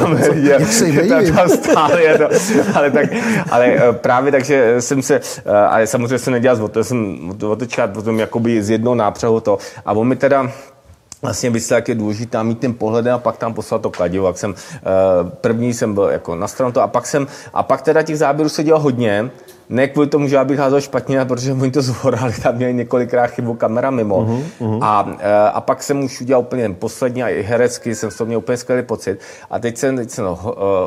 Jak se jmejí? Tam stáli, to, ale, tak, ale právě takže jsem se, ale samozřejmě jsem nedělal z to jsem otočkat potom jakoby z jednou nápřehu to. A on mi teda vlastně vysvětlil, jak je důležitá mít ten pohled a pak tam poslal to kladivo. Jak jsem, první jsem byl jako na stranu to a pak jsem, a pak teda těch záběrů se dělalo hodně. Ne kvůli tomu, že já bych házel špatně, protože oni to zvorali, tam měli několikrát chybu kamera mimo. Uh-huh, uh-huh. A, a pak jsem už udělal úplně ten poslední a i herecky jsem z toho měl úplně skvělý pocit. A teď jsem, teď jsem no,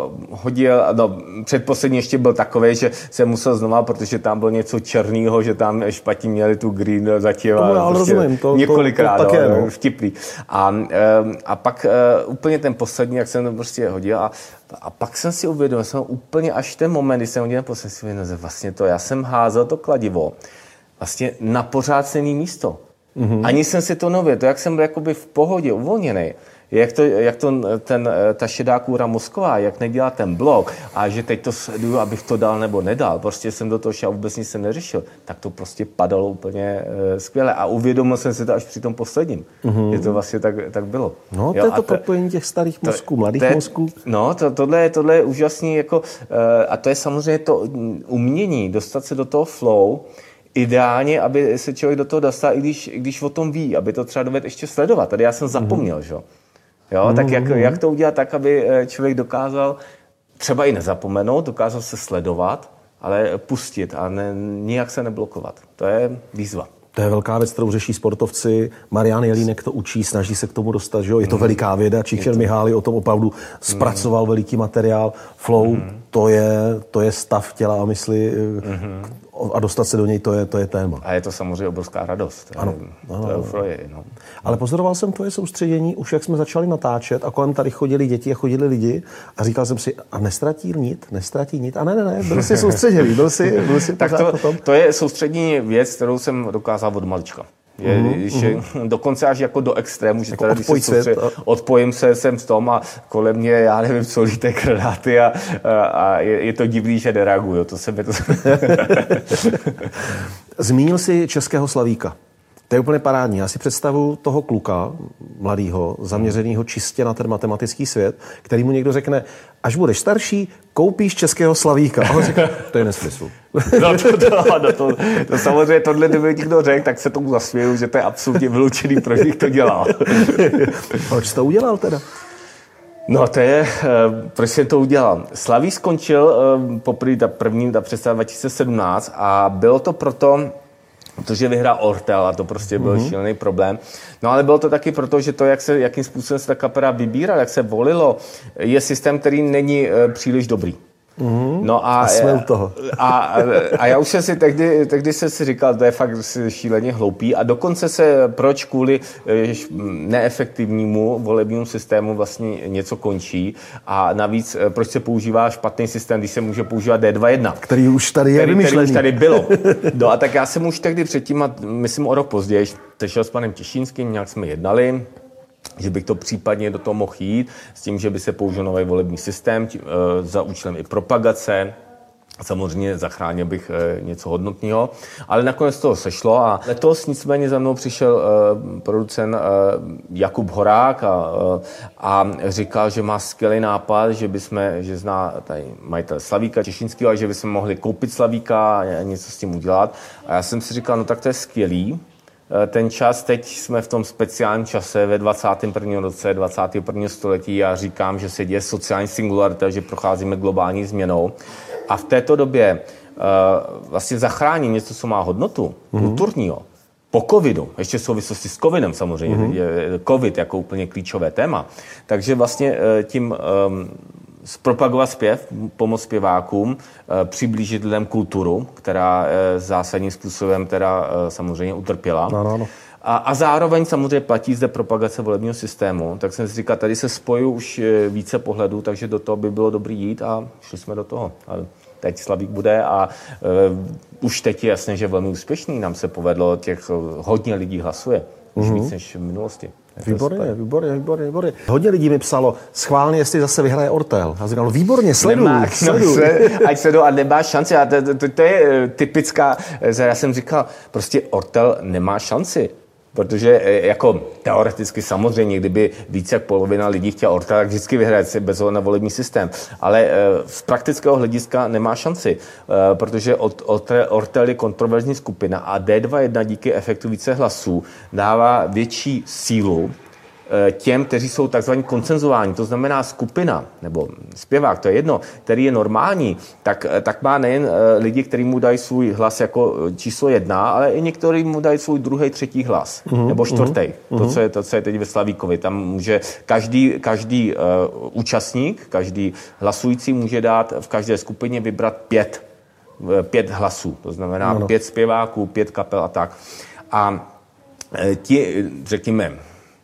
hodil, no, předposlední ještě byl takový, že jsem musel znova, protože tam bylo něco černýho, že tam špatně měli tu green zatím. To já prostě rozumím, to, několikrát, to, to, to no, je, no. vtipný. A, a pak úplně ten poslední, jak jsem to prostě hodil a A pak jsem si uvědomil, jsem úplně až ten moment, kdy jsem udělal poslední, si uvědomil, vlastně to, já jsem házel to kladivo vlastně na pořád stejný místo. Mm-hmm. Ani jsem si to nově, to jak jsem byl jakoby v pohodě, uvolněný, jak to, jak to ten, ta šedá kůra mozková, jak nedělá ten blok a že teď to sleduju, abych to dal nebo nedal, prostě jsem do toho šel a vůbec nic jsem neřešil, tak to prostě padalo úplně uh, skvěle a uvědomil jsem si to až při tom posledním, mm-hmm. že to vlastně tak, tak bylo. No, to jo, je to propojení těch starých mozků, mladých to, mozků. No, to, tohle, je, tohle je úžasný, jako, uh, a to je samozřejmě to umění, dostat se do toho flow, ideálně, aby se člověk do toho dostal, i když, i když o tom ví, aby to třeba dovedl ještě sledovat. Tady já jsem zapomněl, mm-hmm. že jo. Jo, mm-hmm. tak jak, jak to udělat tak, aby člověk dokázal třeba i nezapomenout, dokázal se sledovat, ale pustit a ne, nijak se neblokovat. To je výzva. To je velká věc, kterou řeší sportovci. Marian Jelínek to učí, snaží se k tomu dostat, že jo? Je to mm. veliká věda. Čičer Mihály o tom opravdu zpracoval mm. veliký materiál. Flow, mm. to, je, to je stav těla a mysli mm. a dostat se do něj, to je, to je téma. A je to samozřejmě obrovská radost. To je, ano. To je euforie, no. Ale pozoroval jsem tvoje soustředění, už jak jsme začali natáčet a kolem tady chodili děti a chodili lidi a říkal jsem si, a nestratí nit, nestratí nit. A ne, ne, ne, byl jsi soustředěný, byl jsi, byl jsi tak to, to je soustřední věc, kterou jsem dokázal od malička. Je, mm-hmm. že dokonce až jako do extrému, že jako teda, když se soustřed, a... odpojím se jsem v tom a kolem mě, já nevím, co líte granáty a, a, a je, je to divný, že nereaguju. To se mi to... Zmínil jsi Českého Slavíka. To je úplně parádní. Já si představu toho kluka, mladýho, zaměřenýho čistě na ten matematický svět, který mu někdo řekne, až budeš starší, koupíš Českého Slavíka. A on říká, to je nesmysl. No to, to, no to, to samozřejmě tohle, kdyby někdo řekl, tak se tomu zasměju, že to je absolutně vyloučený, proč bych to dělal. Proč jsi to udělal teda? No to je, proč jsem to udělal. Slavík skončil poprvé ta první, ta představa dva tisíce sedmnáct a bylo to proto, protože vyhrál Ortel a to prostě byl mm-hmm. šílený problém. No ale bylo to taky proto, že to, jak se, jakým způsobem se ta kapela vybírala, jak se volilo, je systém, který není e, příliš dobrý. Mm-hmm. No a, a jsme u toho. A, a já už jsem si tehdy, tehdy jsem si říkal, to je fakt šíleně hloupý a dokonce se proč kvůli neefektivnímu volebnímu systému vlastně něco končí a navíc proč se používá špatný systém, když se může používat D dvacet jedna. Který už tady je vymyšlený. Který už tady bylo. No a tak já jsem už tehdy předtím, a myslím o rok později, sešel s panem Těšínským, nějak jsme jednali, že bych to případně do toho mohl jít, s tím, že by se použil nový volební systém tím, e, za účelem i propagace. Samozřejmě zachránil bych e, něco hodnotného, ale nakonec toho sešlo a letos nicméně za mnou přišel e, producent e, Jakub Horák a, e, a říkal, že má skvělý nápad, že bychom, že zná tady majitel Slavíka Těšínského a že bychom mohli koupit Slavíka a něco s tím udělat. A já jsem si říkal, no tak to je skvělý, ten čas, teď jsme v tom speciálním čase ve dvacátém prvním roce dvacátého prvního století. Já říkám, že se děje sociální singularita, že procházíme globální změnou. A v této době vlastně zachrání něco, co má hodnotu mm-hmm. kulturního, po covidu, ještě v souvislosti s covidem samozřejmě, mm-hmm. je covid jako úplně klíčové téma. Takže vlastně tím um, zpropagovat zpěv, pomoct zpěvákům, uh, přiblížit lidem kulturu, která uh, zásadním způsobem teda uh, samozřejmě utrpěla. No, no, no. A, a zároveň samozřejmě platí zde propagace volebního systému. Tak jsem si říkal, tady se spojí už více pohledů, takže do toho by bylo dobrý jít a šli jsme do toho. A teď Slavík bude a uh, už teď je jasné, že velmi úspěšný. Nám se povedlo, těch hodně lidí hlasuje. Už mm-hmm. víc než v minulosti. Výborně, výborně, výborně, výborně. Hodně lidí mi psalo, schválně, jestli zase vyhraje Ortel. A říkal, výborně, sleduj, Nemá, sleduj. No, ať sleduj a nemá šanci. A to, to, to je typická, já jsem říkal, prostě Ortel nemá šanci. Protože jako teoreticky samozřejmě, kdyby více jak polovina lidí chtěla Ortel, tak vždycky vyhraje si bez ohledu na volební systém. Ale z praktického hlediska nemá šanci, protože Ortel je kontroverzní skupina a D dvacet jedna díky efektu více hlasů dává větší sílu těm, kteří jsou takzvaní konsenzuální, to znamená skupina, nebo zpěvák, to je jedno, který je normální, tak, tak má nejen lidi, kteří mu dají svůj hlas jako číslo jedna, ale i někteří mu dají svůj druhý, třetí hlas, mm-hmm, nebo čtvrtý. Mm-hmm. To, co je, to, co je teď ve Slavíkovi. Tam může každý, každý uh, účastník, každý hlasující může dát v každé skupině vybrat pět, pět hlasů. To znamená no, no. pět zpěváků, pět kapel a tak. A ti, řekněme,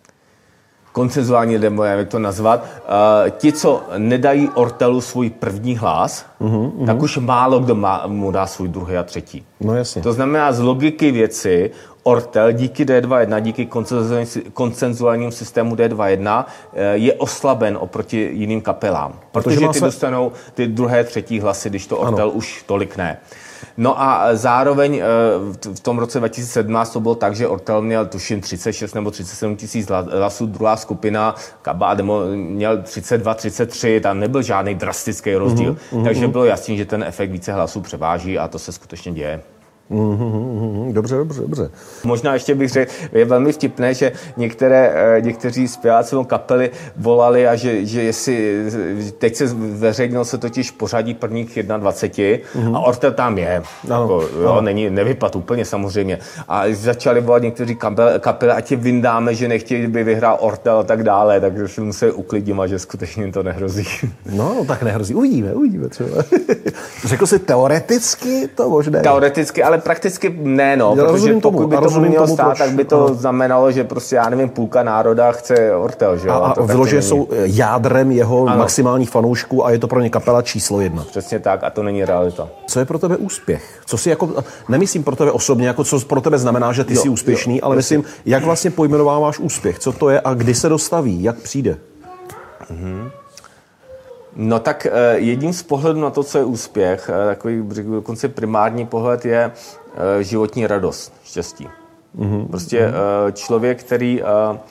konsenzuální, nebo jak to nazvat, uh, ti, co nedají Ortelu svůj první hlas, uh-huh, uh-huh. tak už málo kdo má, mu dá svůj druhý a třetí. No jasně. To znamená, z logiky věci Ortel díky D dvacet jedna, díky konsenzuálnímu systému D dvacet jedna uh, je oslaben oproti jiným kapelám. Protože, protože ty své... dostanou ty druhé, třetí hlasy, když to Ortel ano. už tolik ne. No a zároveň v tom roce dva tisíce sedmnáct to bylo tak, že Ortel měl tuším třicet šest nebo třicet sedm tisíc hlasů, druhá skupina Kabá Demo měl třicet dva, třicet tři, tam nebyl žádný drastický rozdíl. Mm-hmm, takže mm-hmm. bylo jasný, že ten efekt více hlasů převáží a to se skutečně děje. Mm-hmm, dobře, dobře, dobře. Možná ještě bych řekl, je velmi vtipné, že některé, někteří zpěváci kapely volali a že, že jestli, teď se zveřejnil se totiž pořadí prvních dvacet jedna mm-hmm. a Ortel tam je. Ano, jako, jo, ano. Není, nevypad úplně samozřejmě. A začali volat někteří kapely, kapely ať je vyndáme, že nechtějí, by vyhrál Ortel a tak dále, takže se museli uklidit, a že skutečně to nehrozí. No, no tak nehrozí. Uvidíme, uvidíme třeba. Řekl jsi teoreticky to možné. Teoreticky, ale prakticky ne, no, já protože pokud tomu, by to mělo tomu, stát, proč? tak by to no. znamenalo, že prostě, já nevím, půlka národa chce Ortel, že jo? A, a vyloženě jsou jádrem jeho ano. maximálních fanoušků a je to pro ně kapela číslo jedna. Přesně tak a to není realita. Co je pro tebe úspěch? Co si jako, nemyslím pro tebe osobně, jako co pro tebe znamená, že ty jo, jsi úspěšný, jo, ale myslím, jak vlastně pojmenováváš úspěch? Co to je a kdy se dostaví? Jak přijde? Mhm. No tak jedním z pohledů na to, co je úspěch, takový dokonce primární pohled je životní radost, štěstí. Mm-hmm. Prostě člověk, který...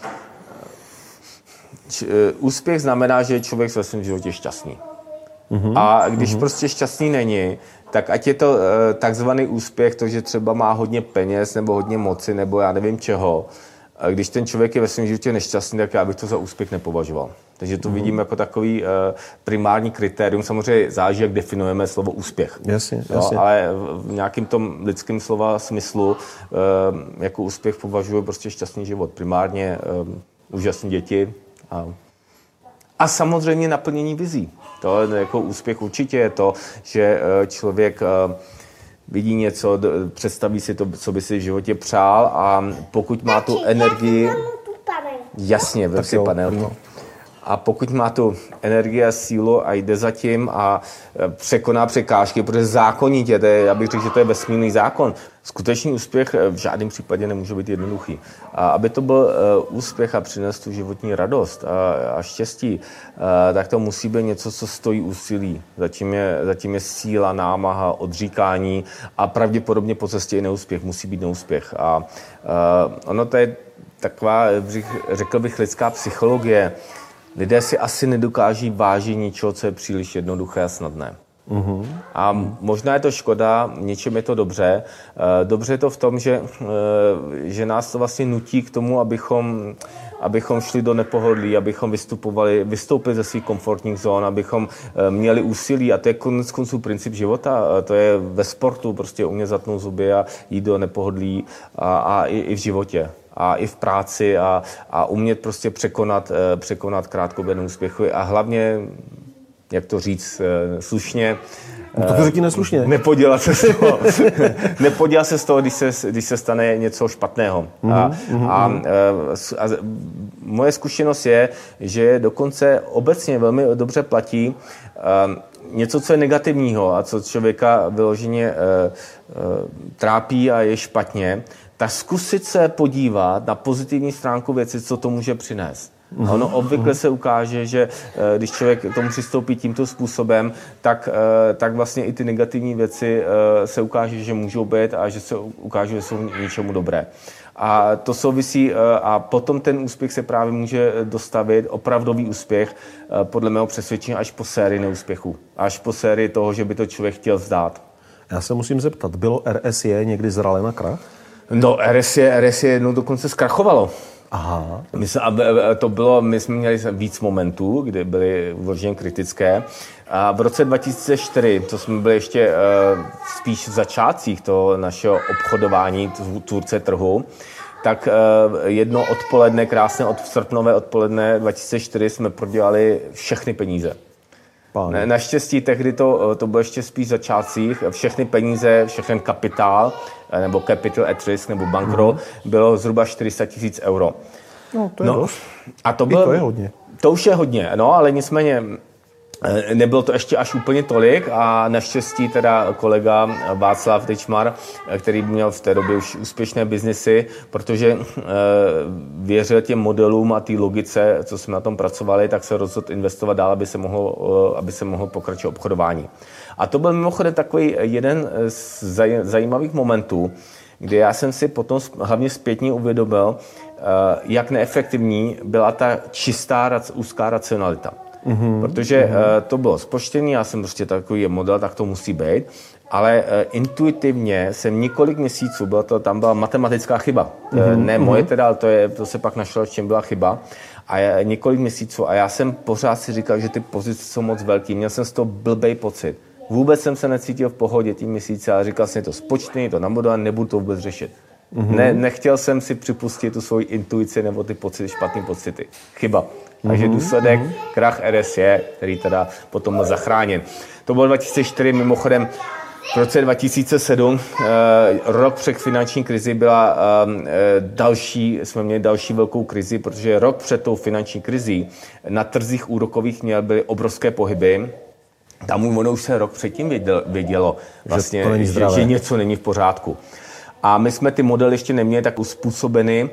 Č, úspěch znamená, že je člověk ve svém životě šťastný. Mm-hmm. A když mm-hmm. prostě šťastný není, tak ať je to takzvaný úspěch, to, že třeba má hodně peněz nebo hodně moci nebo já nevím čeho, a když ten člověk je ve svém životě nešťastný, tak já bych to za úspěch nepovažoval. Takže to mm. vidím jako takový uh, primární kritérium. Samozřejmě záleží, jak definujeme slovo úspěch. Jasně, jasně. Jo, ale v nějakém tom lidském slova smyslu uh, jako úspěch považuji prostě šťastný život. Primárně uh, úžasné děti a, a samozřejmě naplnění vizí. To jako úspěch určitě je to, že uh, člověk uh, vidí něco, představí si to, co by si v životě přál a pokud má tu energii... Jasně, vem si panelku. A pokud má tu energii a sílu a jde za tím a překoná překážky, protože zákonitě, to je, já bych řekl, že to je vesmírný zákon. Skutečný úspěch v žádném případě nemůže být jednoduchý. A aby to byl uh, úspěch a přines tu životní radost a, a štěstí, uh, tak to musí být něco, co stojí úsilí. Zatím je, zatím je síla, námaha, odříkání a pravděpodobně po cestě i neúspěch. Musí být neúspěch. A uh, ono to je taková, řekl bych, lidská psychologie. Lidé si asi nedokáží vážit ničeho, co je příliš jednoduché a snadné. Uhum. A možná je to škoda, něčem je to dobře. Dobře je to v tom, že, že nás to vlastně nutí k tomu, abychom, abychom šli do nepohodlí, abychom vystupovali, vystoupili ze svých komfortních zón, abychom měli úsilí. A to je konec konců princip života. To je ve sportu, prostě umět zatnout zuby a jít do nepohodlí a, a i, i v životě. A i v práci a, a umět prostě překonat, překonat krátkodobé neúspěchy a hlavně, jak to říct slušně, no to řekni neslušně. Nepodělat se z toho, nepodělat se z toho, když se, když se stane něco špatného. Mm, a, mm, a, mm. a, a moje zkušenost je, že dokonce obecně velmi dobře platí a, něco, co je negativního a co člověka vyloženě a, a, trápí a je špatně, tak zkusit se podívat na pozitivní stránku věci, co to může přinést. A ono obvykle se ukáže, že když člověk k tomu přistoupí tímto způsobem, tak, tak vlastně i ty negativní věci se ukáže, že můžou být a že se ukáže, že jsou něčemu dobré. A to souvisí a potom ten úspěch se právě může dostavit, opravdový úspěch, podle mého přesvědčení až po sérii neúspěchů. Až po sérii toho, že by to člověk chtěl vzdát. Já se musím zeptat, bylo R S J někdy zralé na krach? No, R S J, R S J jednou dokonce zkrachovalo. Aha. My, jsme, to bylo, my jsme měli víc momentů, kdy byly vloženě kritické. A v roce dva tisíce čtyři, to jsme byli ještě uh, spíš v začátcích toho našeho obchodování tvůrce trhu, tak uh, jedno odpoledne, krásné od srpnové odpoledne dva tisíce čtyři jsme prodělali všechny peníze. Ne, naštěstí tehdy to, to bylo ještě spíš v začátcích. Všechny peníze, všechny kapitál, nebo capital at risk, nebo bankroll, mm. bylo zhruba čtyři sta tisíc euro. No, to je no, dost. A to, bylo, to je hodně. To už je hodně, no, ale nicméně nebylo to ještě až úplně tolik a naštěstí teda kolega Václav Dečmar, který měl v té době už úspěšné biznesy, protože e, věřil těm modelům a té logice, co jsme na tom pracovali, tak se rozhodl investovat dál, aby se mohlo, aby se mohlo pokračovat obchodování. A to byl mimochodem takový jeden z zaj, zajímavých momentů, kdy já jsem si potom hlavně zpětně uvědomil, e, jak neefektivní byla ta čistá úzká racionalita. Uhum, Protože uhum. Uh, to bylo zpočtený, já jsem prostě takový model, tak to musí být, ale uh, intuitivně jsem několik měsíců, byla to, tam byla matematická chyba, uhum, ne uhum. moje teda, ale to, je, to se pak našlo, v čem byla chyba, a je, několik měsíců a já jsem pořád si říkal, že ty pozice jsou moc velký, měl jsem z toho blbej pocit. Vůbec jsem se necítil v pohodě tím měsíce, ale říkal jsem, je to spočtený, to namodelované, nebudu to vůbec řešit. Mm-hmm. Ne, nechtěl jsem si připustit tu svoji intuici nebo ty pocity, špatné pocity. Chyba. Takže důsledek, mm-hmm. krach R S J, který teda potom byl zachráněn. To bylo dva tisíce čtyři, mimochodem v roce dva tisíce sedm, eh, rok před finanční krizi byla eh, další, jsme měli další velkou krizi, protože rok před tou finanční krizí na trzích úrokových měl byly obrovské pohyby. Tam ono už se rok předtím vědělo, vědělo vlastně, že, že, že něco není v pořádku. A my jsme ty modely ještě neměli tak uspůsobeny.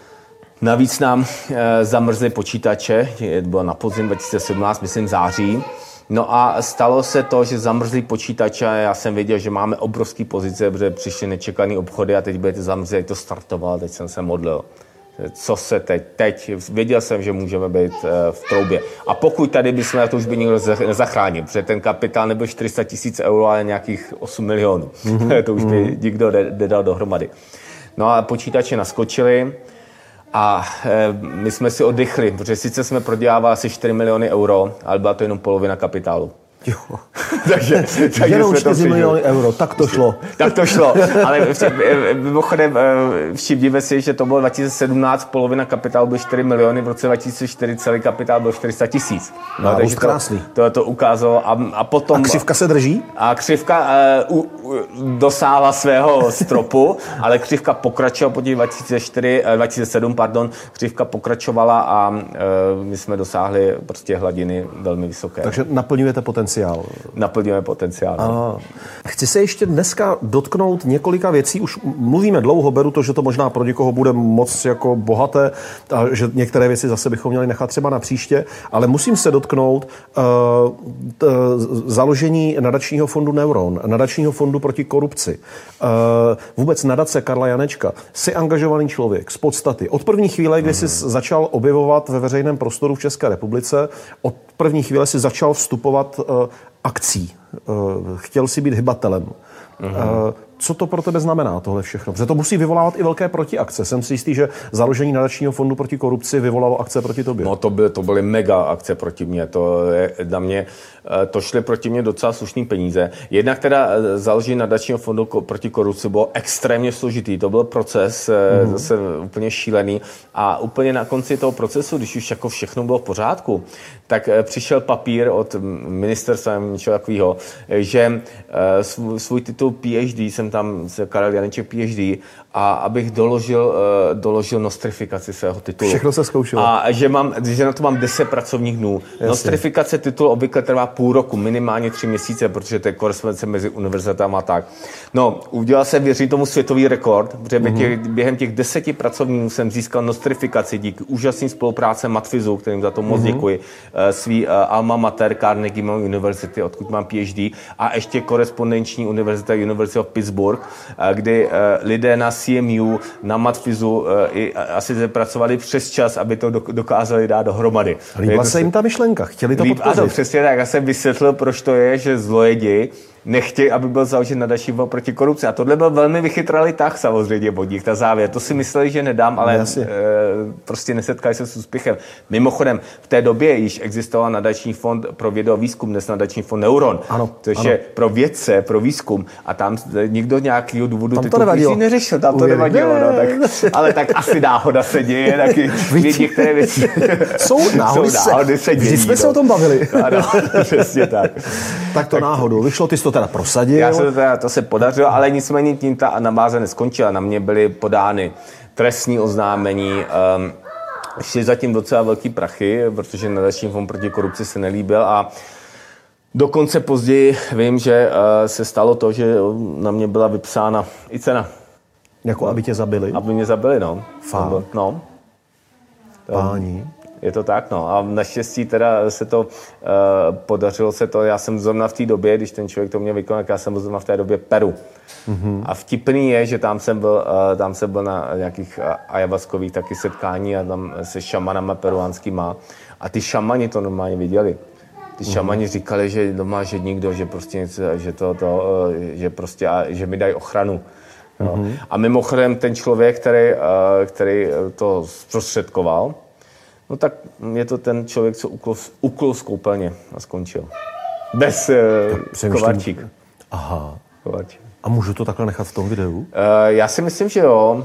Navíc nám e, zamrzly počítače, bylo na podzim dva tisíce sedmnáct, myslím září. No a stalo se to, že zamrzlý počítače, já jsem věděl, že máme obrovský pozice, protože přišly nečekaný obchody a teď budete zamrzlý, to startoval, teď jsem se modlil. Co se teď? Teď věděl jsem, že můžeme být v troubě. A pokud tady bychom, to už by nikdo nezachránil, protože ten kapitál nebyl čtyři sta tisíc euro, ale nějakých osm milionů. Mm-hmm. To už by nikdo nedal dohromady. No a počítače naskočili a e, my jsme si oddychli, protože sice jsme prodělávali asi čtyři miliony euro, ale byla to jenom polovina kapitálu. Jo. takže, takže jenom čtyři miliony euro, tak to šlo. Tak to šlo, ale mimochodem všimněme si, že to bylo dva tisíce sedmnáct, polovina kapitálu byl čtyři miliony, v roce dva tisíce čtyři celý kapitál byl čtyři sta tisíc. No, takže to, krásný. To, to ukázalo a, a potom... A křivka se drží? A křivka uh, uh, dosáhla svého stropu, ale křivka pokračovala po dva tisíce čtyři, dva tisíce sedm, pardon, křivka pokračovala a uh, my jsme dosáhli prostě hladiny velmi vysoké. Takže naplňujete potenciál. Naplňujeme potenciál. A chci se ještě dneska dotknout několika věcí. Už mluvíme dlouho, beru to, že to možná pro někoho bude moc jako bohaté a že některé věci zase bychom měli nechat třeba na příště, ale musím se dotknout uh, t, založení nadačního fondu Neuron, nadačního fondu proti korupci. Uh, vůbec nadace Karla Janečka. Jsi angažovaný člověk z podstaty. Od první chvíle, kdy jsi začal objevovat ve veřejném prostoru v České republice, od první chvíle si začal vstupovat uh, akcí. Chtěl si být hybatelem. Mm-hmm. Co to pro tebe znamená tohle všechno? Protože to musí vyvolávat i velké protiakce. Jsem si jistý, že založení nadačního fondu proti korupci vyvolalo akce proti tobě. No to, by, to byly mega akce proti mně. To je, na mě to šly proti mně docela slušný peníze. Jednak teda založení nadačního fondu proti korupci bylo extrémně složitý. To byl proces mm-hmm. zase úplně šílený. A úplně na konci toho procesu, když už jako všechno bylo v pořádku, tak přišel papír od ministerstva něčeho takového, že svůj, svůj titul P H D jsem tam, Karel Janeček P H D, a abych doložil, doložil nostrifikaci svého titulu. Všechno se zkoušelo. A že, mám, že na to mám deset pracovních dnů. Jasně. Nostrifikace titulu obvykle trvá půl roku, minimálně tři měsíce, protože to je korespondence mezi univerzitama a tak. No, udělal jsem, věřím tomu, světový rekord, protože mm-hmm. těch, během těch deseti pracovních dnů jsem získal nostrifikaci díky úžasné spolupráce Matfizu, kterým za to moc mm-hmm. děkuji, svý uh, alma mater Carnegie Mellon University, odkud mám P H D, a ještě korespondenční univerzita University of Pittsburgh, uh, kdy uh, lidé na C M U, na Matfizu uh, i asi pracovali přes čas, aby to dokázali dát dohromady. Líbila se jim ta myšlenka, chtěli to líb, podpořit. Ano, přesně tak. Já jsem vysvětlil, proč to je, že zlojedi nechtějí, aby byl založen nadační fond proti korupci. A tohle byl velmi vychytralý tah samozřejmě od nich, ta závěr. To si mysleli, že nedám, ale e, prostě nesetkali se s úspěchem. Mimochodem, v té době již existoval nadační fond pro vědu a výzkum, dnes nadační fond Neuron, ano, což ano. je pro vědce, pro výzkum. A tam nikdo nějakého důvodu tam tyto písní neřešil, tam to Ujeli. nevadilo. No, tak, ale tak asi náhoda se děje, taky některé věci jsou náhody, jsou náhody se dějí. Vždyť jsme no. se o tom bavili. Ano, přesně tak. Tak to tak náhodou. Vyšlo, ty jsi to teda prosadil. Já se to, teda, to se podařilo, ale nicméně tím ta anabáze neskončila. Na mě byly podány trestní oznámení, um, šly zatím docela velký prachy, protože nadační fond proti korupci se nelíbil a dokonce později vím, že uh, se stalo to, že na mě byla vypsána i cena. Jako no, aby tě zabili? Aby mě zabili, no. Fakt? No. Páni. Je to tak, no. A naštěstí teda se to uh, podařilo se to. Já jsem zrovna v té době, když ten člověk to mě vykonal, já jsem byl zrovna v té době Peru. Mm-hmm. A vtipný je, že tam jsem byl, uh, tam jsem byl na nějakých uh, ajavaskových taky setkání a tam se šamanama peruánskýma. A ty šamani to normálně viděli. Ty mm-hmm. šamani říkali, že doma, že nikdo, že prostě něco, že to, to uh, že prostě, a, že mi dají ochranu. No. Mm-hmm. A mimochodem ten člověk, který, uh, který to zprostředkoval, no tak je to ten člověk, co uklul z koupelně a skončil. Bez uh, Kovarčík. Aha. Kovarčík. A můžu to takhle nechat v tom videu? Uh, já si myslím, že jo.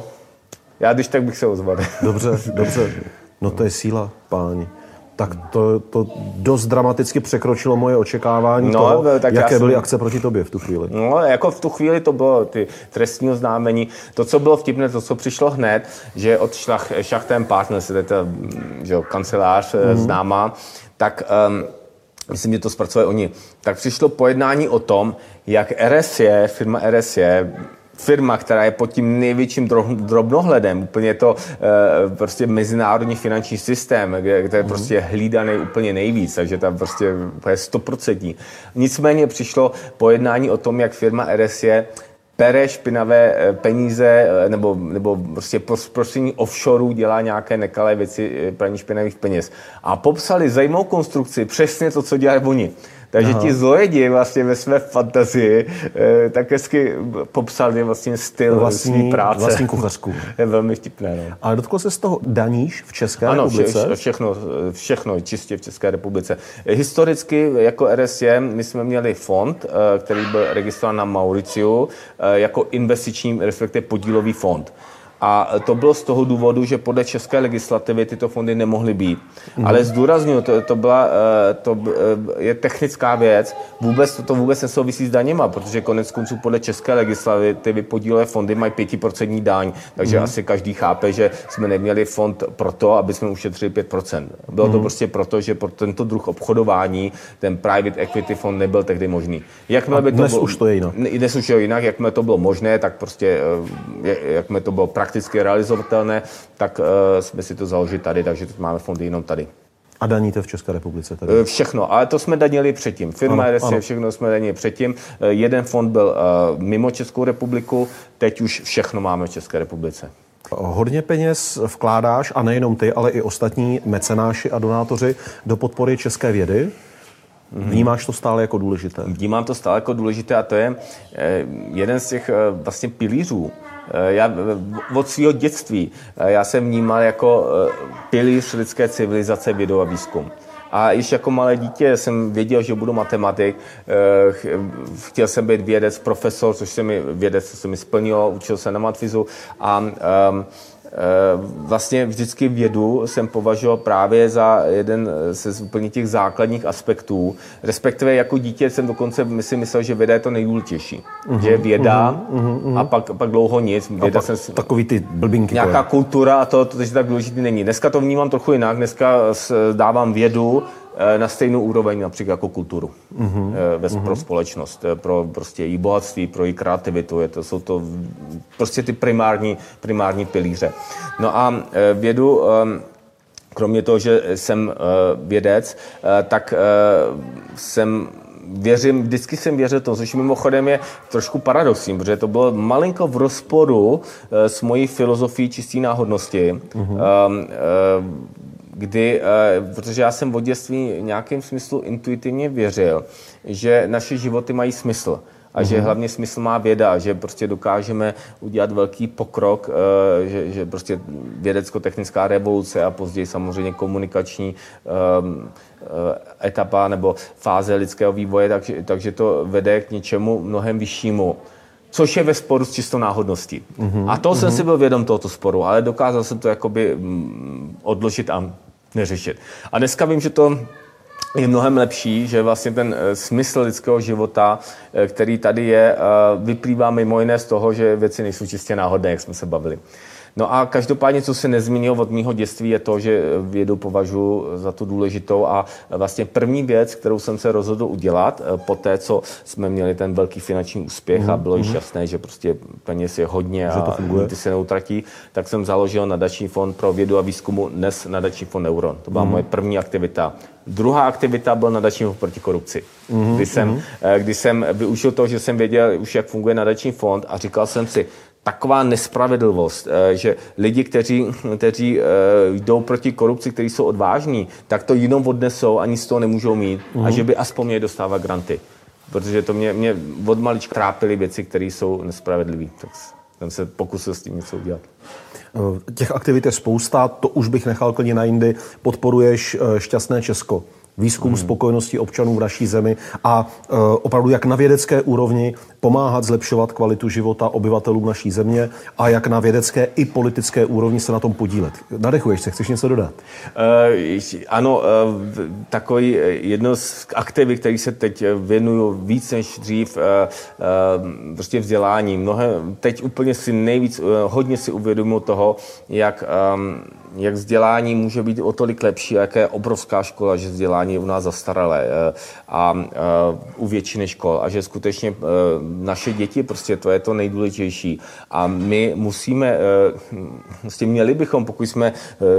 Já když tak bych se ozval. Dobře, dobře. No to je síla, páni. Tak to, to dost dramaticky překročilo moje očekávání no, toho, tak jaké byly jsem... akce proti tobě v tu chvíli. No, jako v tu chvíli to bylo ty trestní oznámení. To, co bylo vtipné, to, co přišlo hned, že od Schach, Schachtem Partners, to je ta, že jo, kancelář mm-hmm. známá, tak um, myslím, že to zpracovali oni. Tak přišlo pojednání o tom, jak R S je, firma R S je, firma, která je pod tím největším drobnohledem, úplně to e, prostě mezinárodní finanční systém, kde, kde je prostě hlídaný úplně nejvíc, takže tam prostě je stoprocentní. Nicméně přišlo pojednání o tom, jak firma R S je pere špinavé peníze nebo, nebo prostě prostřední offshore dělá nějaké nekalé věci praní špinavých peněz. A popsali zajímavou konstrukci, přesně to, co dělají oni. Takže ti zlojedi vlastně ve své fantazii eh, tak hezky popsali vlastně styl vlastní, svý práce. Vlastní kuchařku. Je velmi vtipné. No. Ale dotklo se z toho daníš v České ano, republice? Ano, vše, všechno, všechno čistě v České republice. Historicky jako R S je, my jsme měli fond, který byl registrován na Mauriciu jako investiční, respektive podílový fond. A to bylo z toho důvodu, že podle české legislativy tyto fondy nemohly být. Mm. Ale zdůrazňuji, to, to, byla, to je technická věc, vůbec, to, to vůbec nesouvisí s daněma, protože konec konců podle české legislativy podílové fondy mají pět procent daň, takže mm. asi každý chápe, že jsme neměli fond proto, aby jsme ušetřili pět procent. Bylo mm. to prostě proto, že pro tento druh obchodování ten private equity fond nebyl tehdy možný. Jakmile by to dnes bylo, už to je jinak. Dnes už je jinak, jakmile to bylo možné, tak prostě, jakmile to bylo prakticky prakticky realizovatelné, tak uh, jsme si to založili tady, takže máme fondy jenom tady. A daníte v České republice tady? Všechno, ale to jsme danili předtím. Firma R S je, všechno jsme danili předtím. Uh, jeden fond byl uh, mimo Českou republiku, teď už všechno máme v České republice. Hodně peněz vkládáš, a nejenom ty, ale i ostatní mecenáši a donátoři do podpory české vědy. Vnímáš to stále jako důležité? Vnímám to stále jako důležité a to je jeden z těch vlastně pilířů. Já od svého dětství já jsem vnímal jako pilíř lidské civilizace vědu a výzkum. A již jako malé dítě jsem věděl, že budu matematik, chtěl jsem být vědec, profesor, což se mi vědec, co se mi splnilo, učil se na matfizu a um, vlastně vždycky vědu jsem považoval právě za jeden z úplně těch základních aspektů. Respektive jako dítě jsem dokonce si myslel, že věda je to nejdůležitější. Uh-huh, že je věda uh-huh, uh-huh. a pak, pak dlouho nic. Věda a pak jsem, takový ty blbinky. Nějaká kultura a to, to, to tak důležitý není. Dneska to vnímám trochu jinak. Dneska dávám vědu na stejnou úroveň například jako kulturu uh-huh, ve, uh-huh. pro společnost, pro prostě její bohatství, pro její kreativitu. Je to, jsou to prostě ty primární, primární pilíře. No a vědu, kromě toho, že jsem vědec, tak jsem věřím, vždycky jsem věřil tomu, což mimochodem je trošku paradoxní, protože to bylo malinko v rozporu s mojí filozofií čisté náhodnosti, uh-huh. kdy, protože já jsem od dětství v nějakém smyslu intuitivně věřil, že naše životy mají smysl. A mm-hmm. že hlavně smysl má věda, že prostě dokážeme udělat velký pokrok, že, že prostě vědecko-technická revoluce a později samozřejmě komunikační um, etapa nebo fáze lidského vývoje, takže, takže to vede k něčemu mnohem vyššímu. Což je ve sporu s čistou náhodností. Mm-hmm. A to mm-hmm. jsem si byl vědom tohoto sporu, ale dokázal jsem to jakoby odložit a neřešit. A dneska vím, že to je mnohem lepší, že vlastně ten smysl lidského života, který tady je, vyplývá mimo jiné z toho, že věci nejsou čistě náhodné, jak jsme se bavili. No a každopádně, co se nezmínilo od mýho dětství, je to, že vědu považuji za tu důležitou a vlastně první věc, kterou jsem se rozhodl udělat po té, co jsme měli ten velký finanční úspěch mm-hmm. a bylo již jasné, že prostě peněz je hodně a ty se neutratí, tak jsem založil nadační fond pro vědu a výzkumu, dnes nadační fond Neuron. To byla mm-hmm. moje první aktivita. Druhá aktivita byl nadační fond proti korupci. Mm-hmm. Kdy jsem, kdy jsem využil to, že jsem věděl už, jak funguje nadační fond a říkal jsem si, taková nespravedlivost, že lidi, kteří, kteří jdou proti korupci, kteří jsou odvážní, tak to jinou odnesou a nic z toho nemůžou mít mm. a že by aspoň měli dostávat granty. Protože to mě, mě od malička trápily věci, které jsou nespravedlivé. Tak jsem se pokusil s tím něco udělat. Těch aktivit je spousta, to už bych nechal klidně na jindy. Podporuješ Šťastné Česko. Výzkum hmm. spokojenosti občanů v naší zemi a e, opravdu jak na vědecké úrovni pomáhat zlepšovat kvalitu života obyvatelů naší země a jak na vědecké i politické úrovni se na tom podílet. Nadechuješ se, chceš něco dodat? Uh, ano, uh, takový jedno z aktivit, který se teď věnuju víc než dřív, uh, uh, prostě vzdělání. Mnohem, teď úplně si nejvíc, uh, hodně si uvědomuji toho, jak um, jak vzdělání může být o tolik lepší, jaká je obrovská škola, že vzdělání je u nás zastaralé a, a u většiny škol a že skutečně naše děti, prostě to je to nejdůležitější a my musíme, vlastně měli bychom, pokud jsme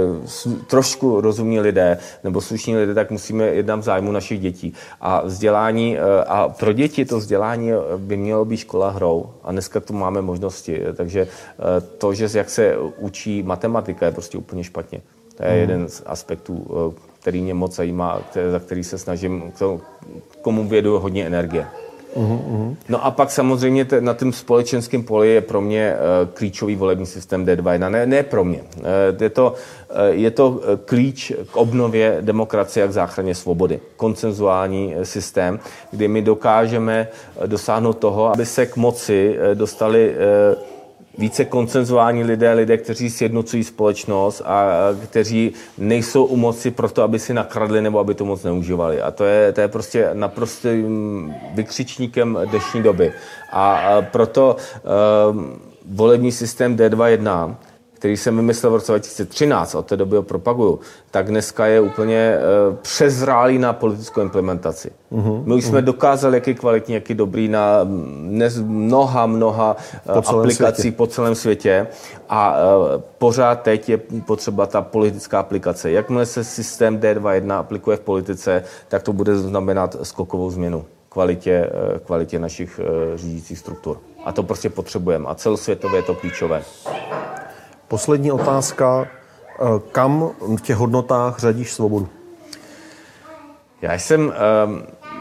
trošku rozumní lidé nebo slušní lidé, tak musíme jednat v zájmu našich dětí a vzdělání a pro děti to vzdělání by mělo být škola hrou a dneska tu máme možnosti, takže to, že jak se učí matematika je prostě úplně špatně. To je hmm. jeden z aspektů, který mě moc zajímá, za který se snažím, komu vědu hodně energie. Uhum. No a pak samozřejmě te, na tom společenském poli je pro mě uh, klíčový volební systém D dvacet jedna. Ne, ne pro mě. Uh, je, to, uh, je to klíč k obnově demokracie a k záchraně svobody. Konsenzuální systém, kdy my dokážeme dosáhnout toho, aby se k moci uh, dostali uh, více konsenzuální lidé, lidé, kteří sjednocují společnost a kteří nejsou u moci proto, aby si nakradli nebo aby to moc neužívali. A to je, to je prostě naprostým vykřičníkem dnešní doby. A proto uh, volební systém D dvacet jedna, který jsem vymyslel v roce dva tisíce třináct, od té doby ho propaguju, tak dneska je úplně uh, přezrálý na politickou implementaci. Uhum, My už uhum. jsme dokázali, jak je kvalitní, jak je dobrý na dnes mnoha, mnoha uh, aplikací světě. po celém světě a uh, pořád teď je potřeba ta politická aplikace. Jakmile se systém D dvacet jedna aplikuje v politice, tak to bude znamenat skokovou změnu kvalitě, uh, kvalitě našich uh, řídících struktur. A to prostě potřebujeme. A celosvětově je to klíčové. Poslední otázka. Kam v těch hodnotách řadíš svobodu? Já jsem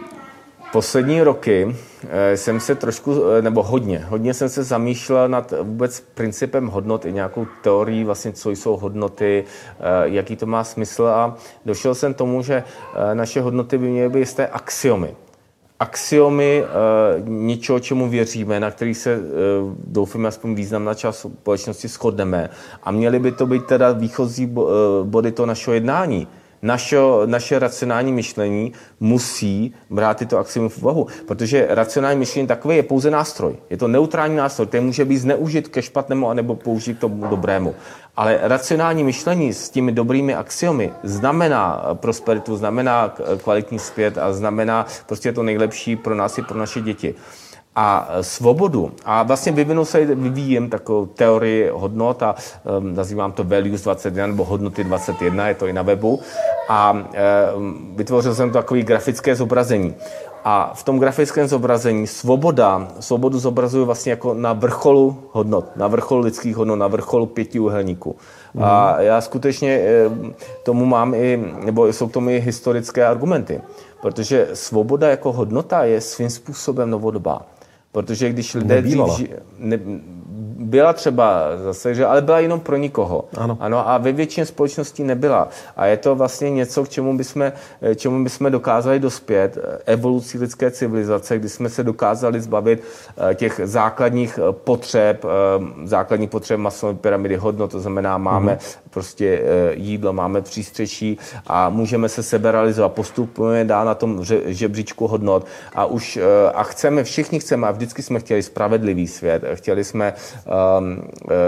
Poslední roky jsem se trošku, nebo hodně, hodně jsem se zamýšlel nad vůbec principem hodnot i nějakou teorií, vlastně co jsou hodnoty, jaký to má smysl a došel jsem tomu, že naše hodnoty by měly být jisté axiomy. Axiomy něčeho, čemu věříme, na který se, doufám, aspoň významná část společnosti shodneme a měly by to být teda výchozí body toho našeho jednání. Naše, naše racionální myšlení musí brát tyto axiom v úvahu, protože racionální myšlení takové je pouze nástroj. Je to neutrální nástroj, který může být zneužit ke špatnému anebo použít k tomu dobrému. Ale racionální myšlení s těmi dobrými axiomy znamená prosperitu, znamená kvalitní svět a znamená prostě to nejlepší pro nás i pro naše děti. A svobodu. A vlastně vyvinul se, vyvíjím takovou teorii hodnot a um, nazývám to Values dvacet jedna nebo Hodnoty dvacet jedna, je to i na webu. A um, vytvořil jsem takový grafické zobrazení. A v tom grafickém zobrazení svoboda, svobodu zobrazuju vlastně jako na vrcholu hodnot, na vrcholu lidských hodnot, na vrcholu pětiúhelníku. Mm. A já skutečně tomu mám i, nebo jsou k tomu i historické argumenty. Protože svoboda jako hodnota je svým způsobem novodobá. Protože když lidé dřív, ne, byla třeba zase, že, ale byla jenom pro nikoho. Ano. Ano, a ve většině společností nebyla. A je to vlastně něco, k čemu bychom, čemu bychom dokázali dospět, evolucí lidské civilizace, kdy jsme se dokázali zbavit těch základních potřeb, základních potřeb Maslowovy pyramidy hodnot, to znamená, máme uh-huh. prostě jídlo, máme přístřeší a můžeme se seberealizovat, postupujeme dál na tom žebříčku hodnot a už a chceme, všichni chceme a vždycky jsme chtěli spravedlivý svět, chtěli jsme Um,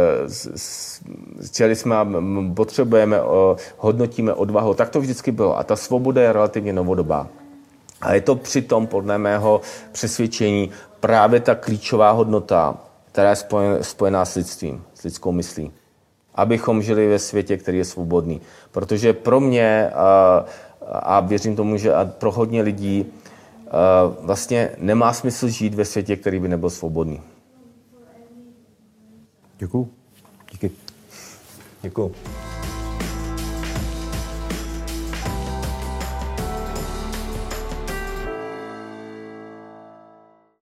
chtěli jsme, potřebujeme, hodnotíme odvahu, tak to vždycky bylo. A ta svoboda je relativně novodobá. A je to přitom, podle mého přesvědčení, právě ta klíčová hodnota, která je spojená s lidstvím, s lidskou myslí. Abychom žili ve světě, který je svobodný. Protože pro mě, a, a věřím tomu, že a pro hodně lidí, vlastně nemá smysl žít ve světě, který by nebyl svobodný. Děkuju. Díky. Děkuju.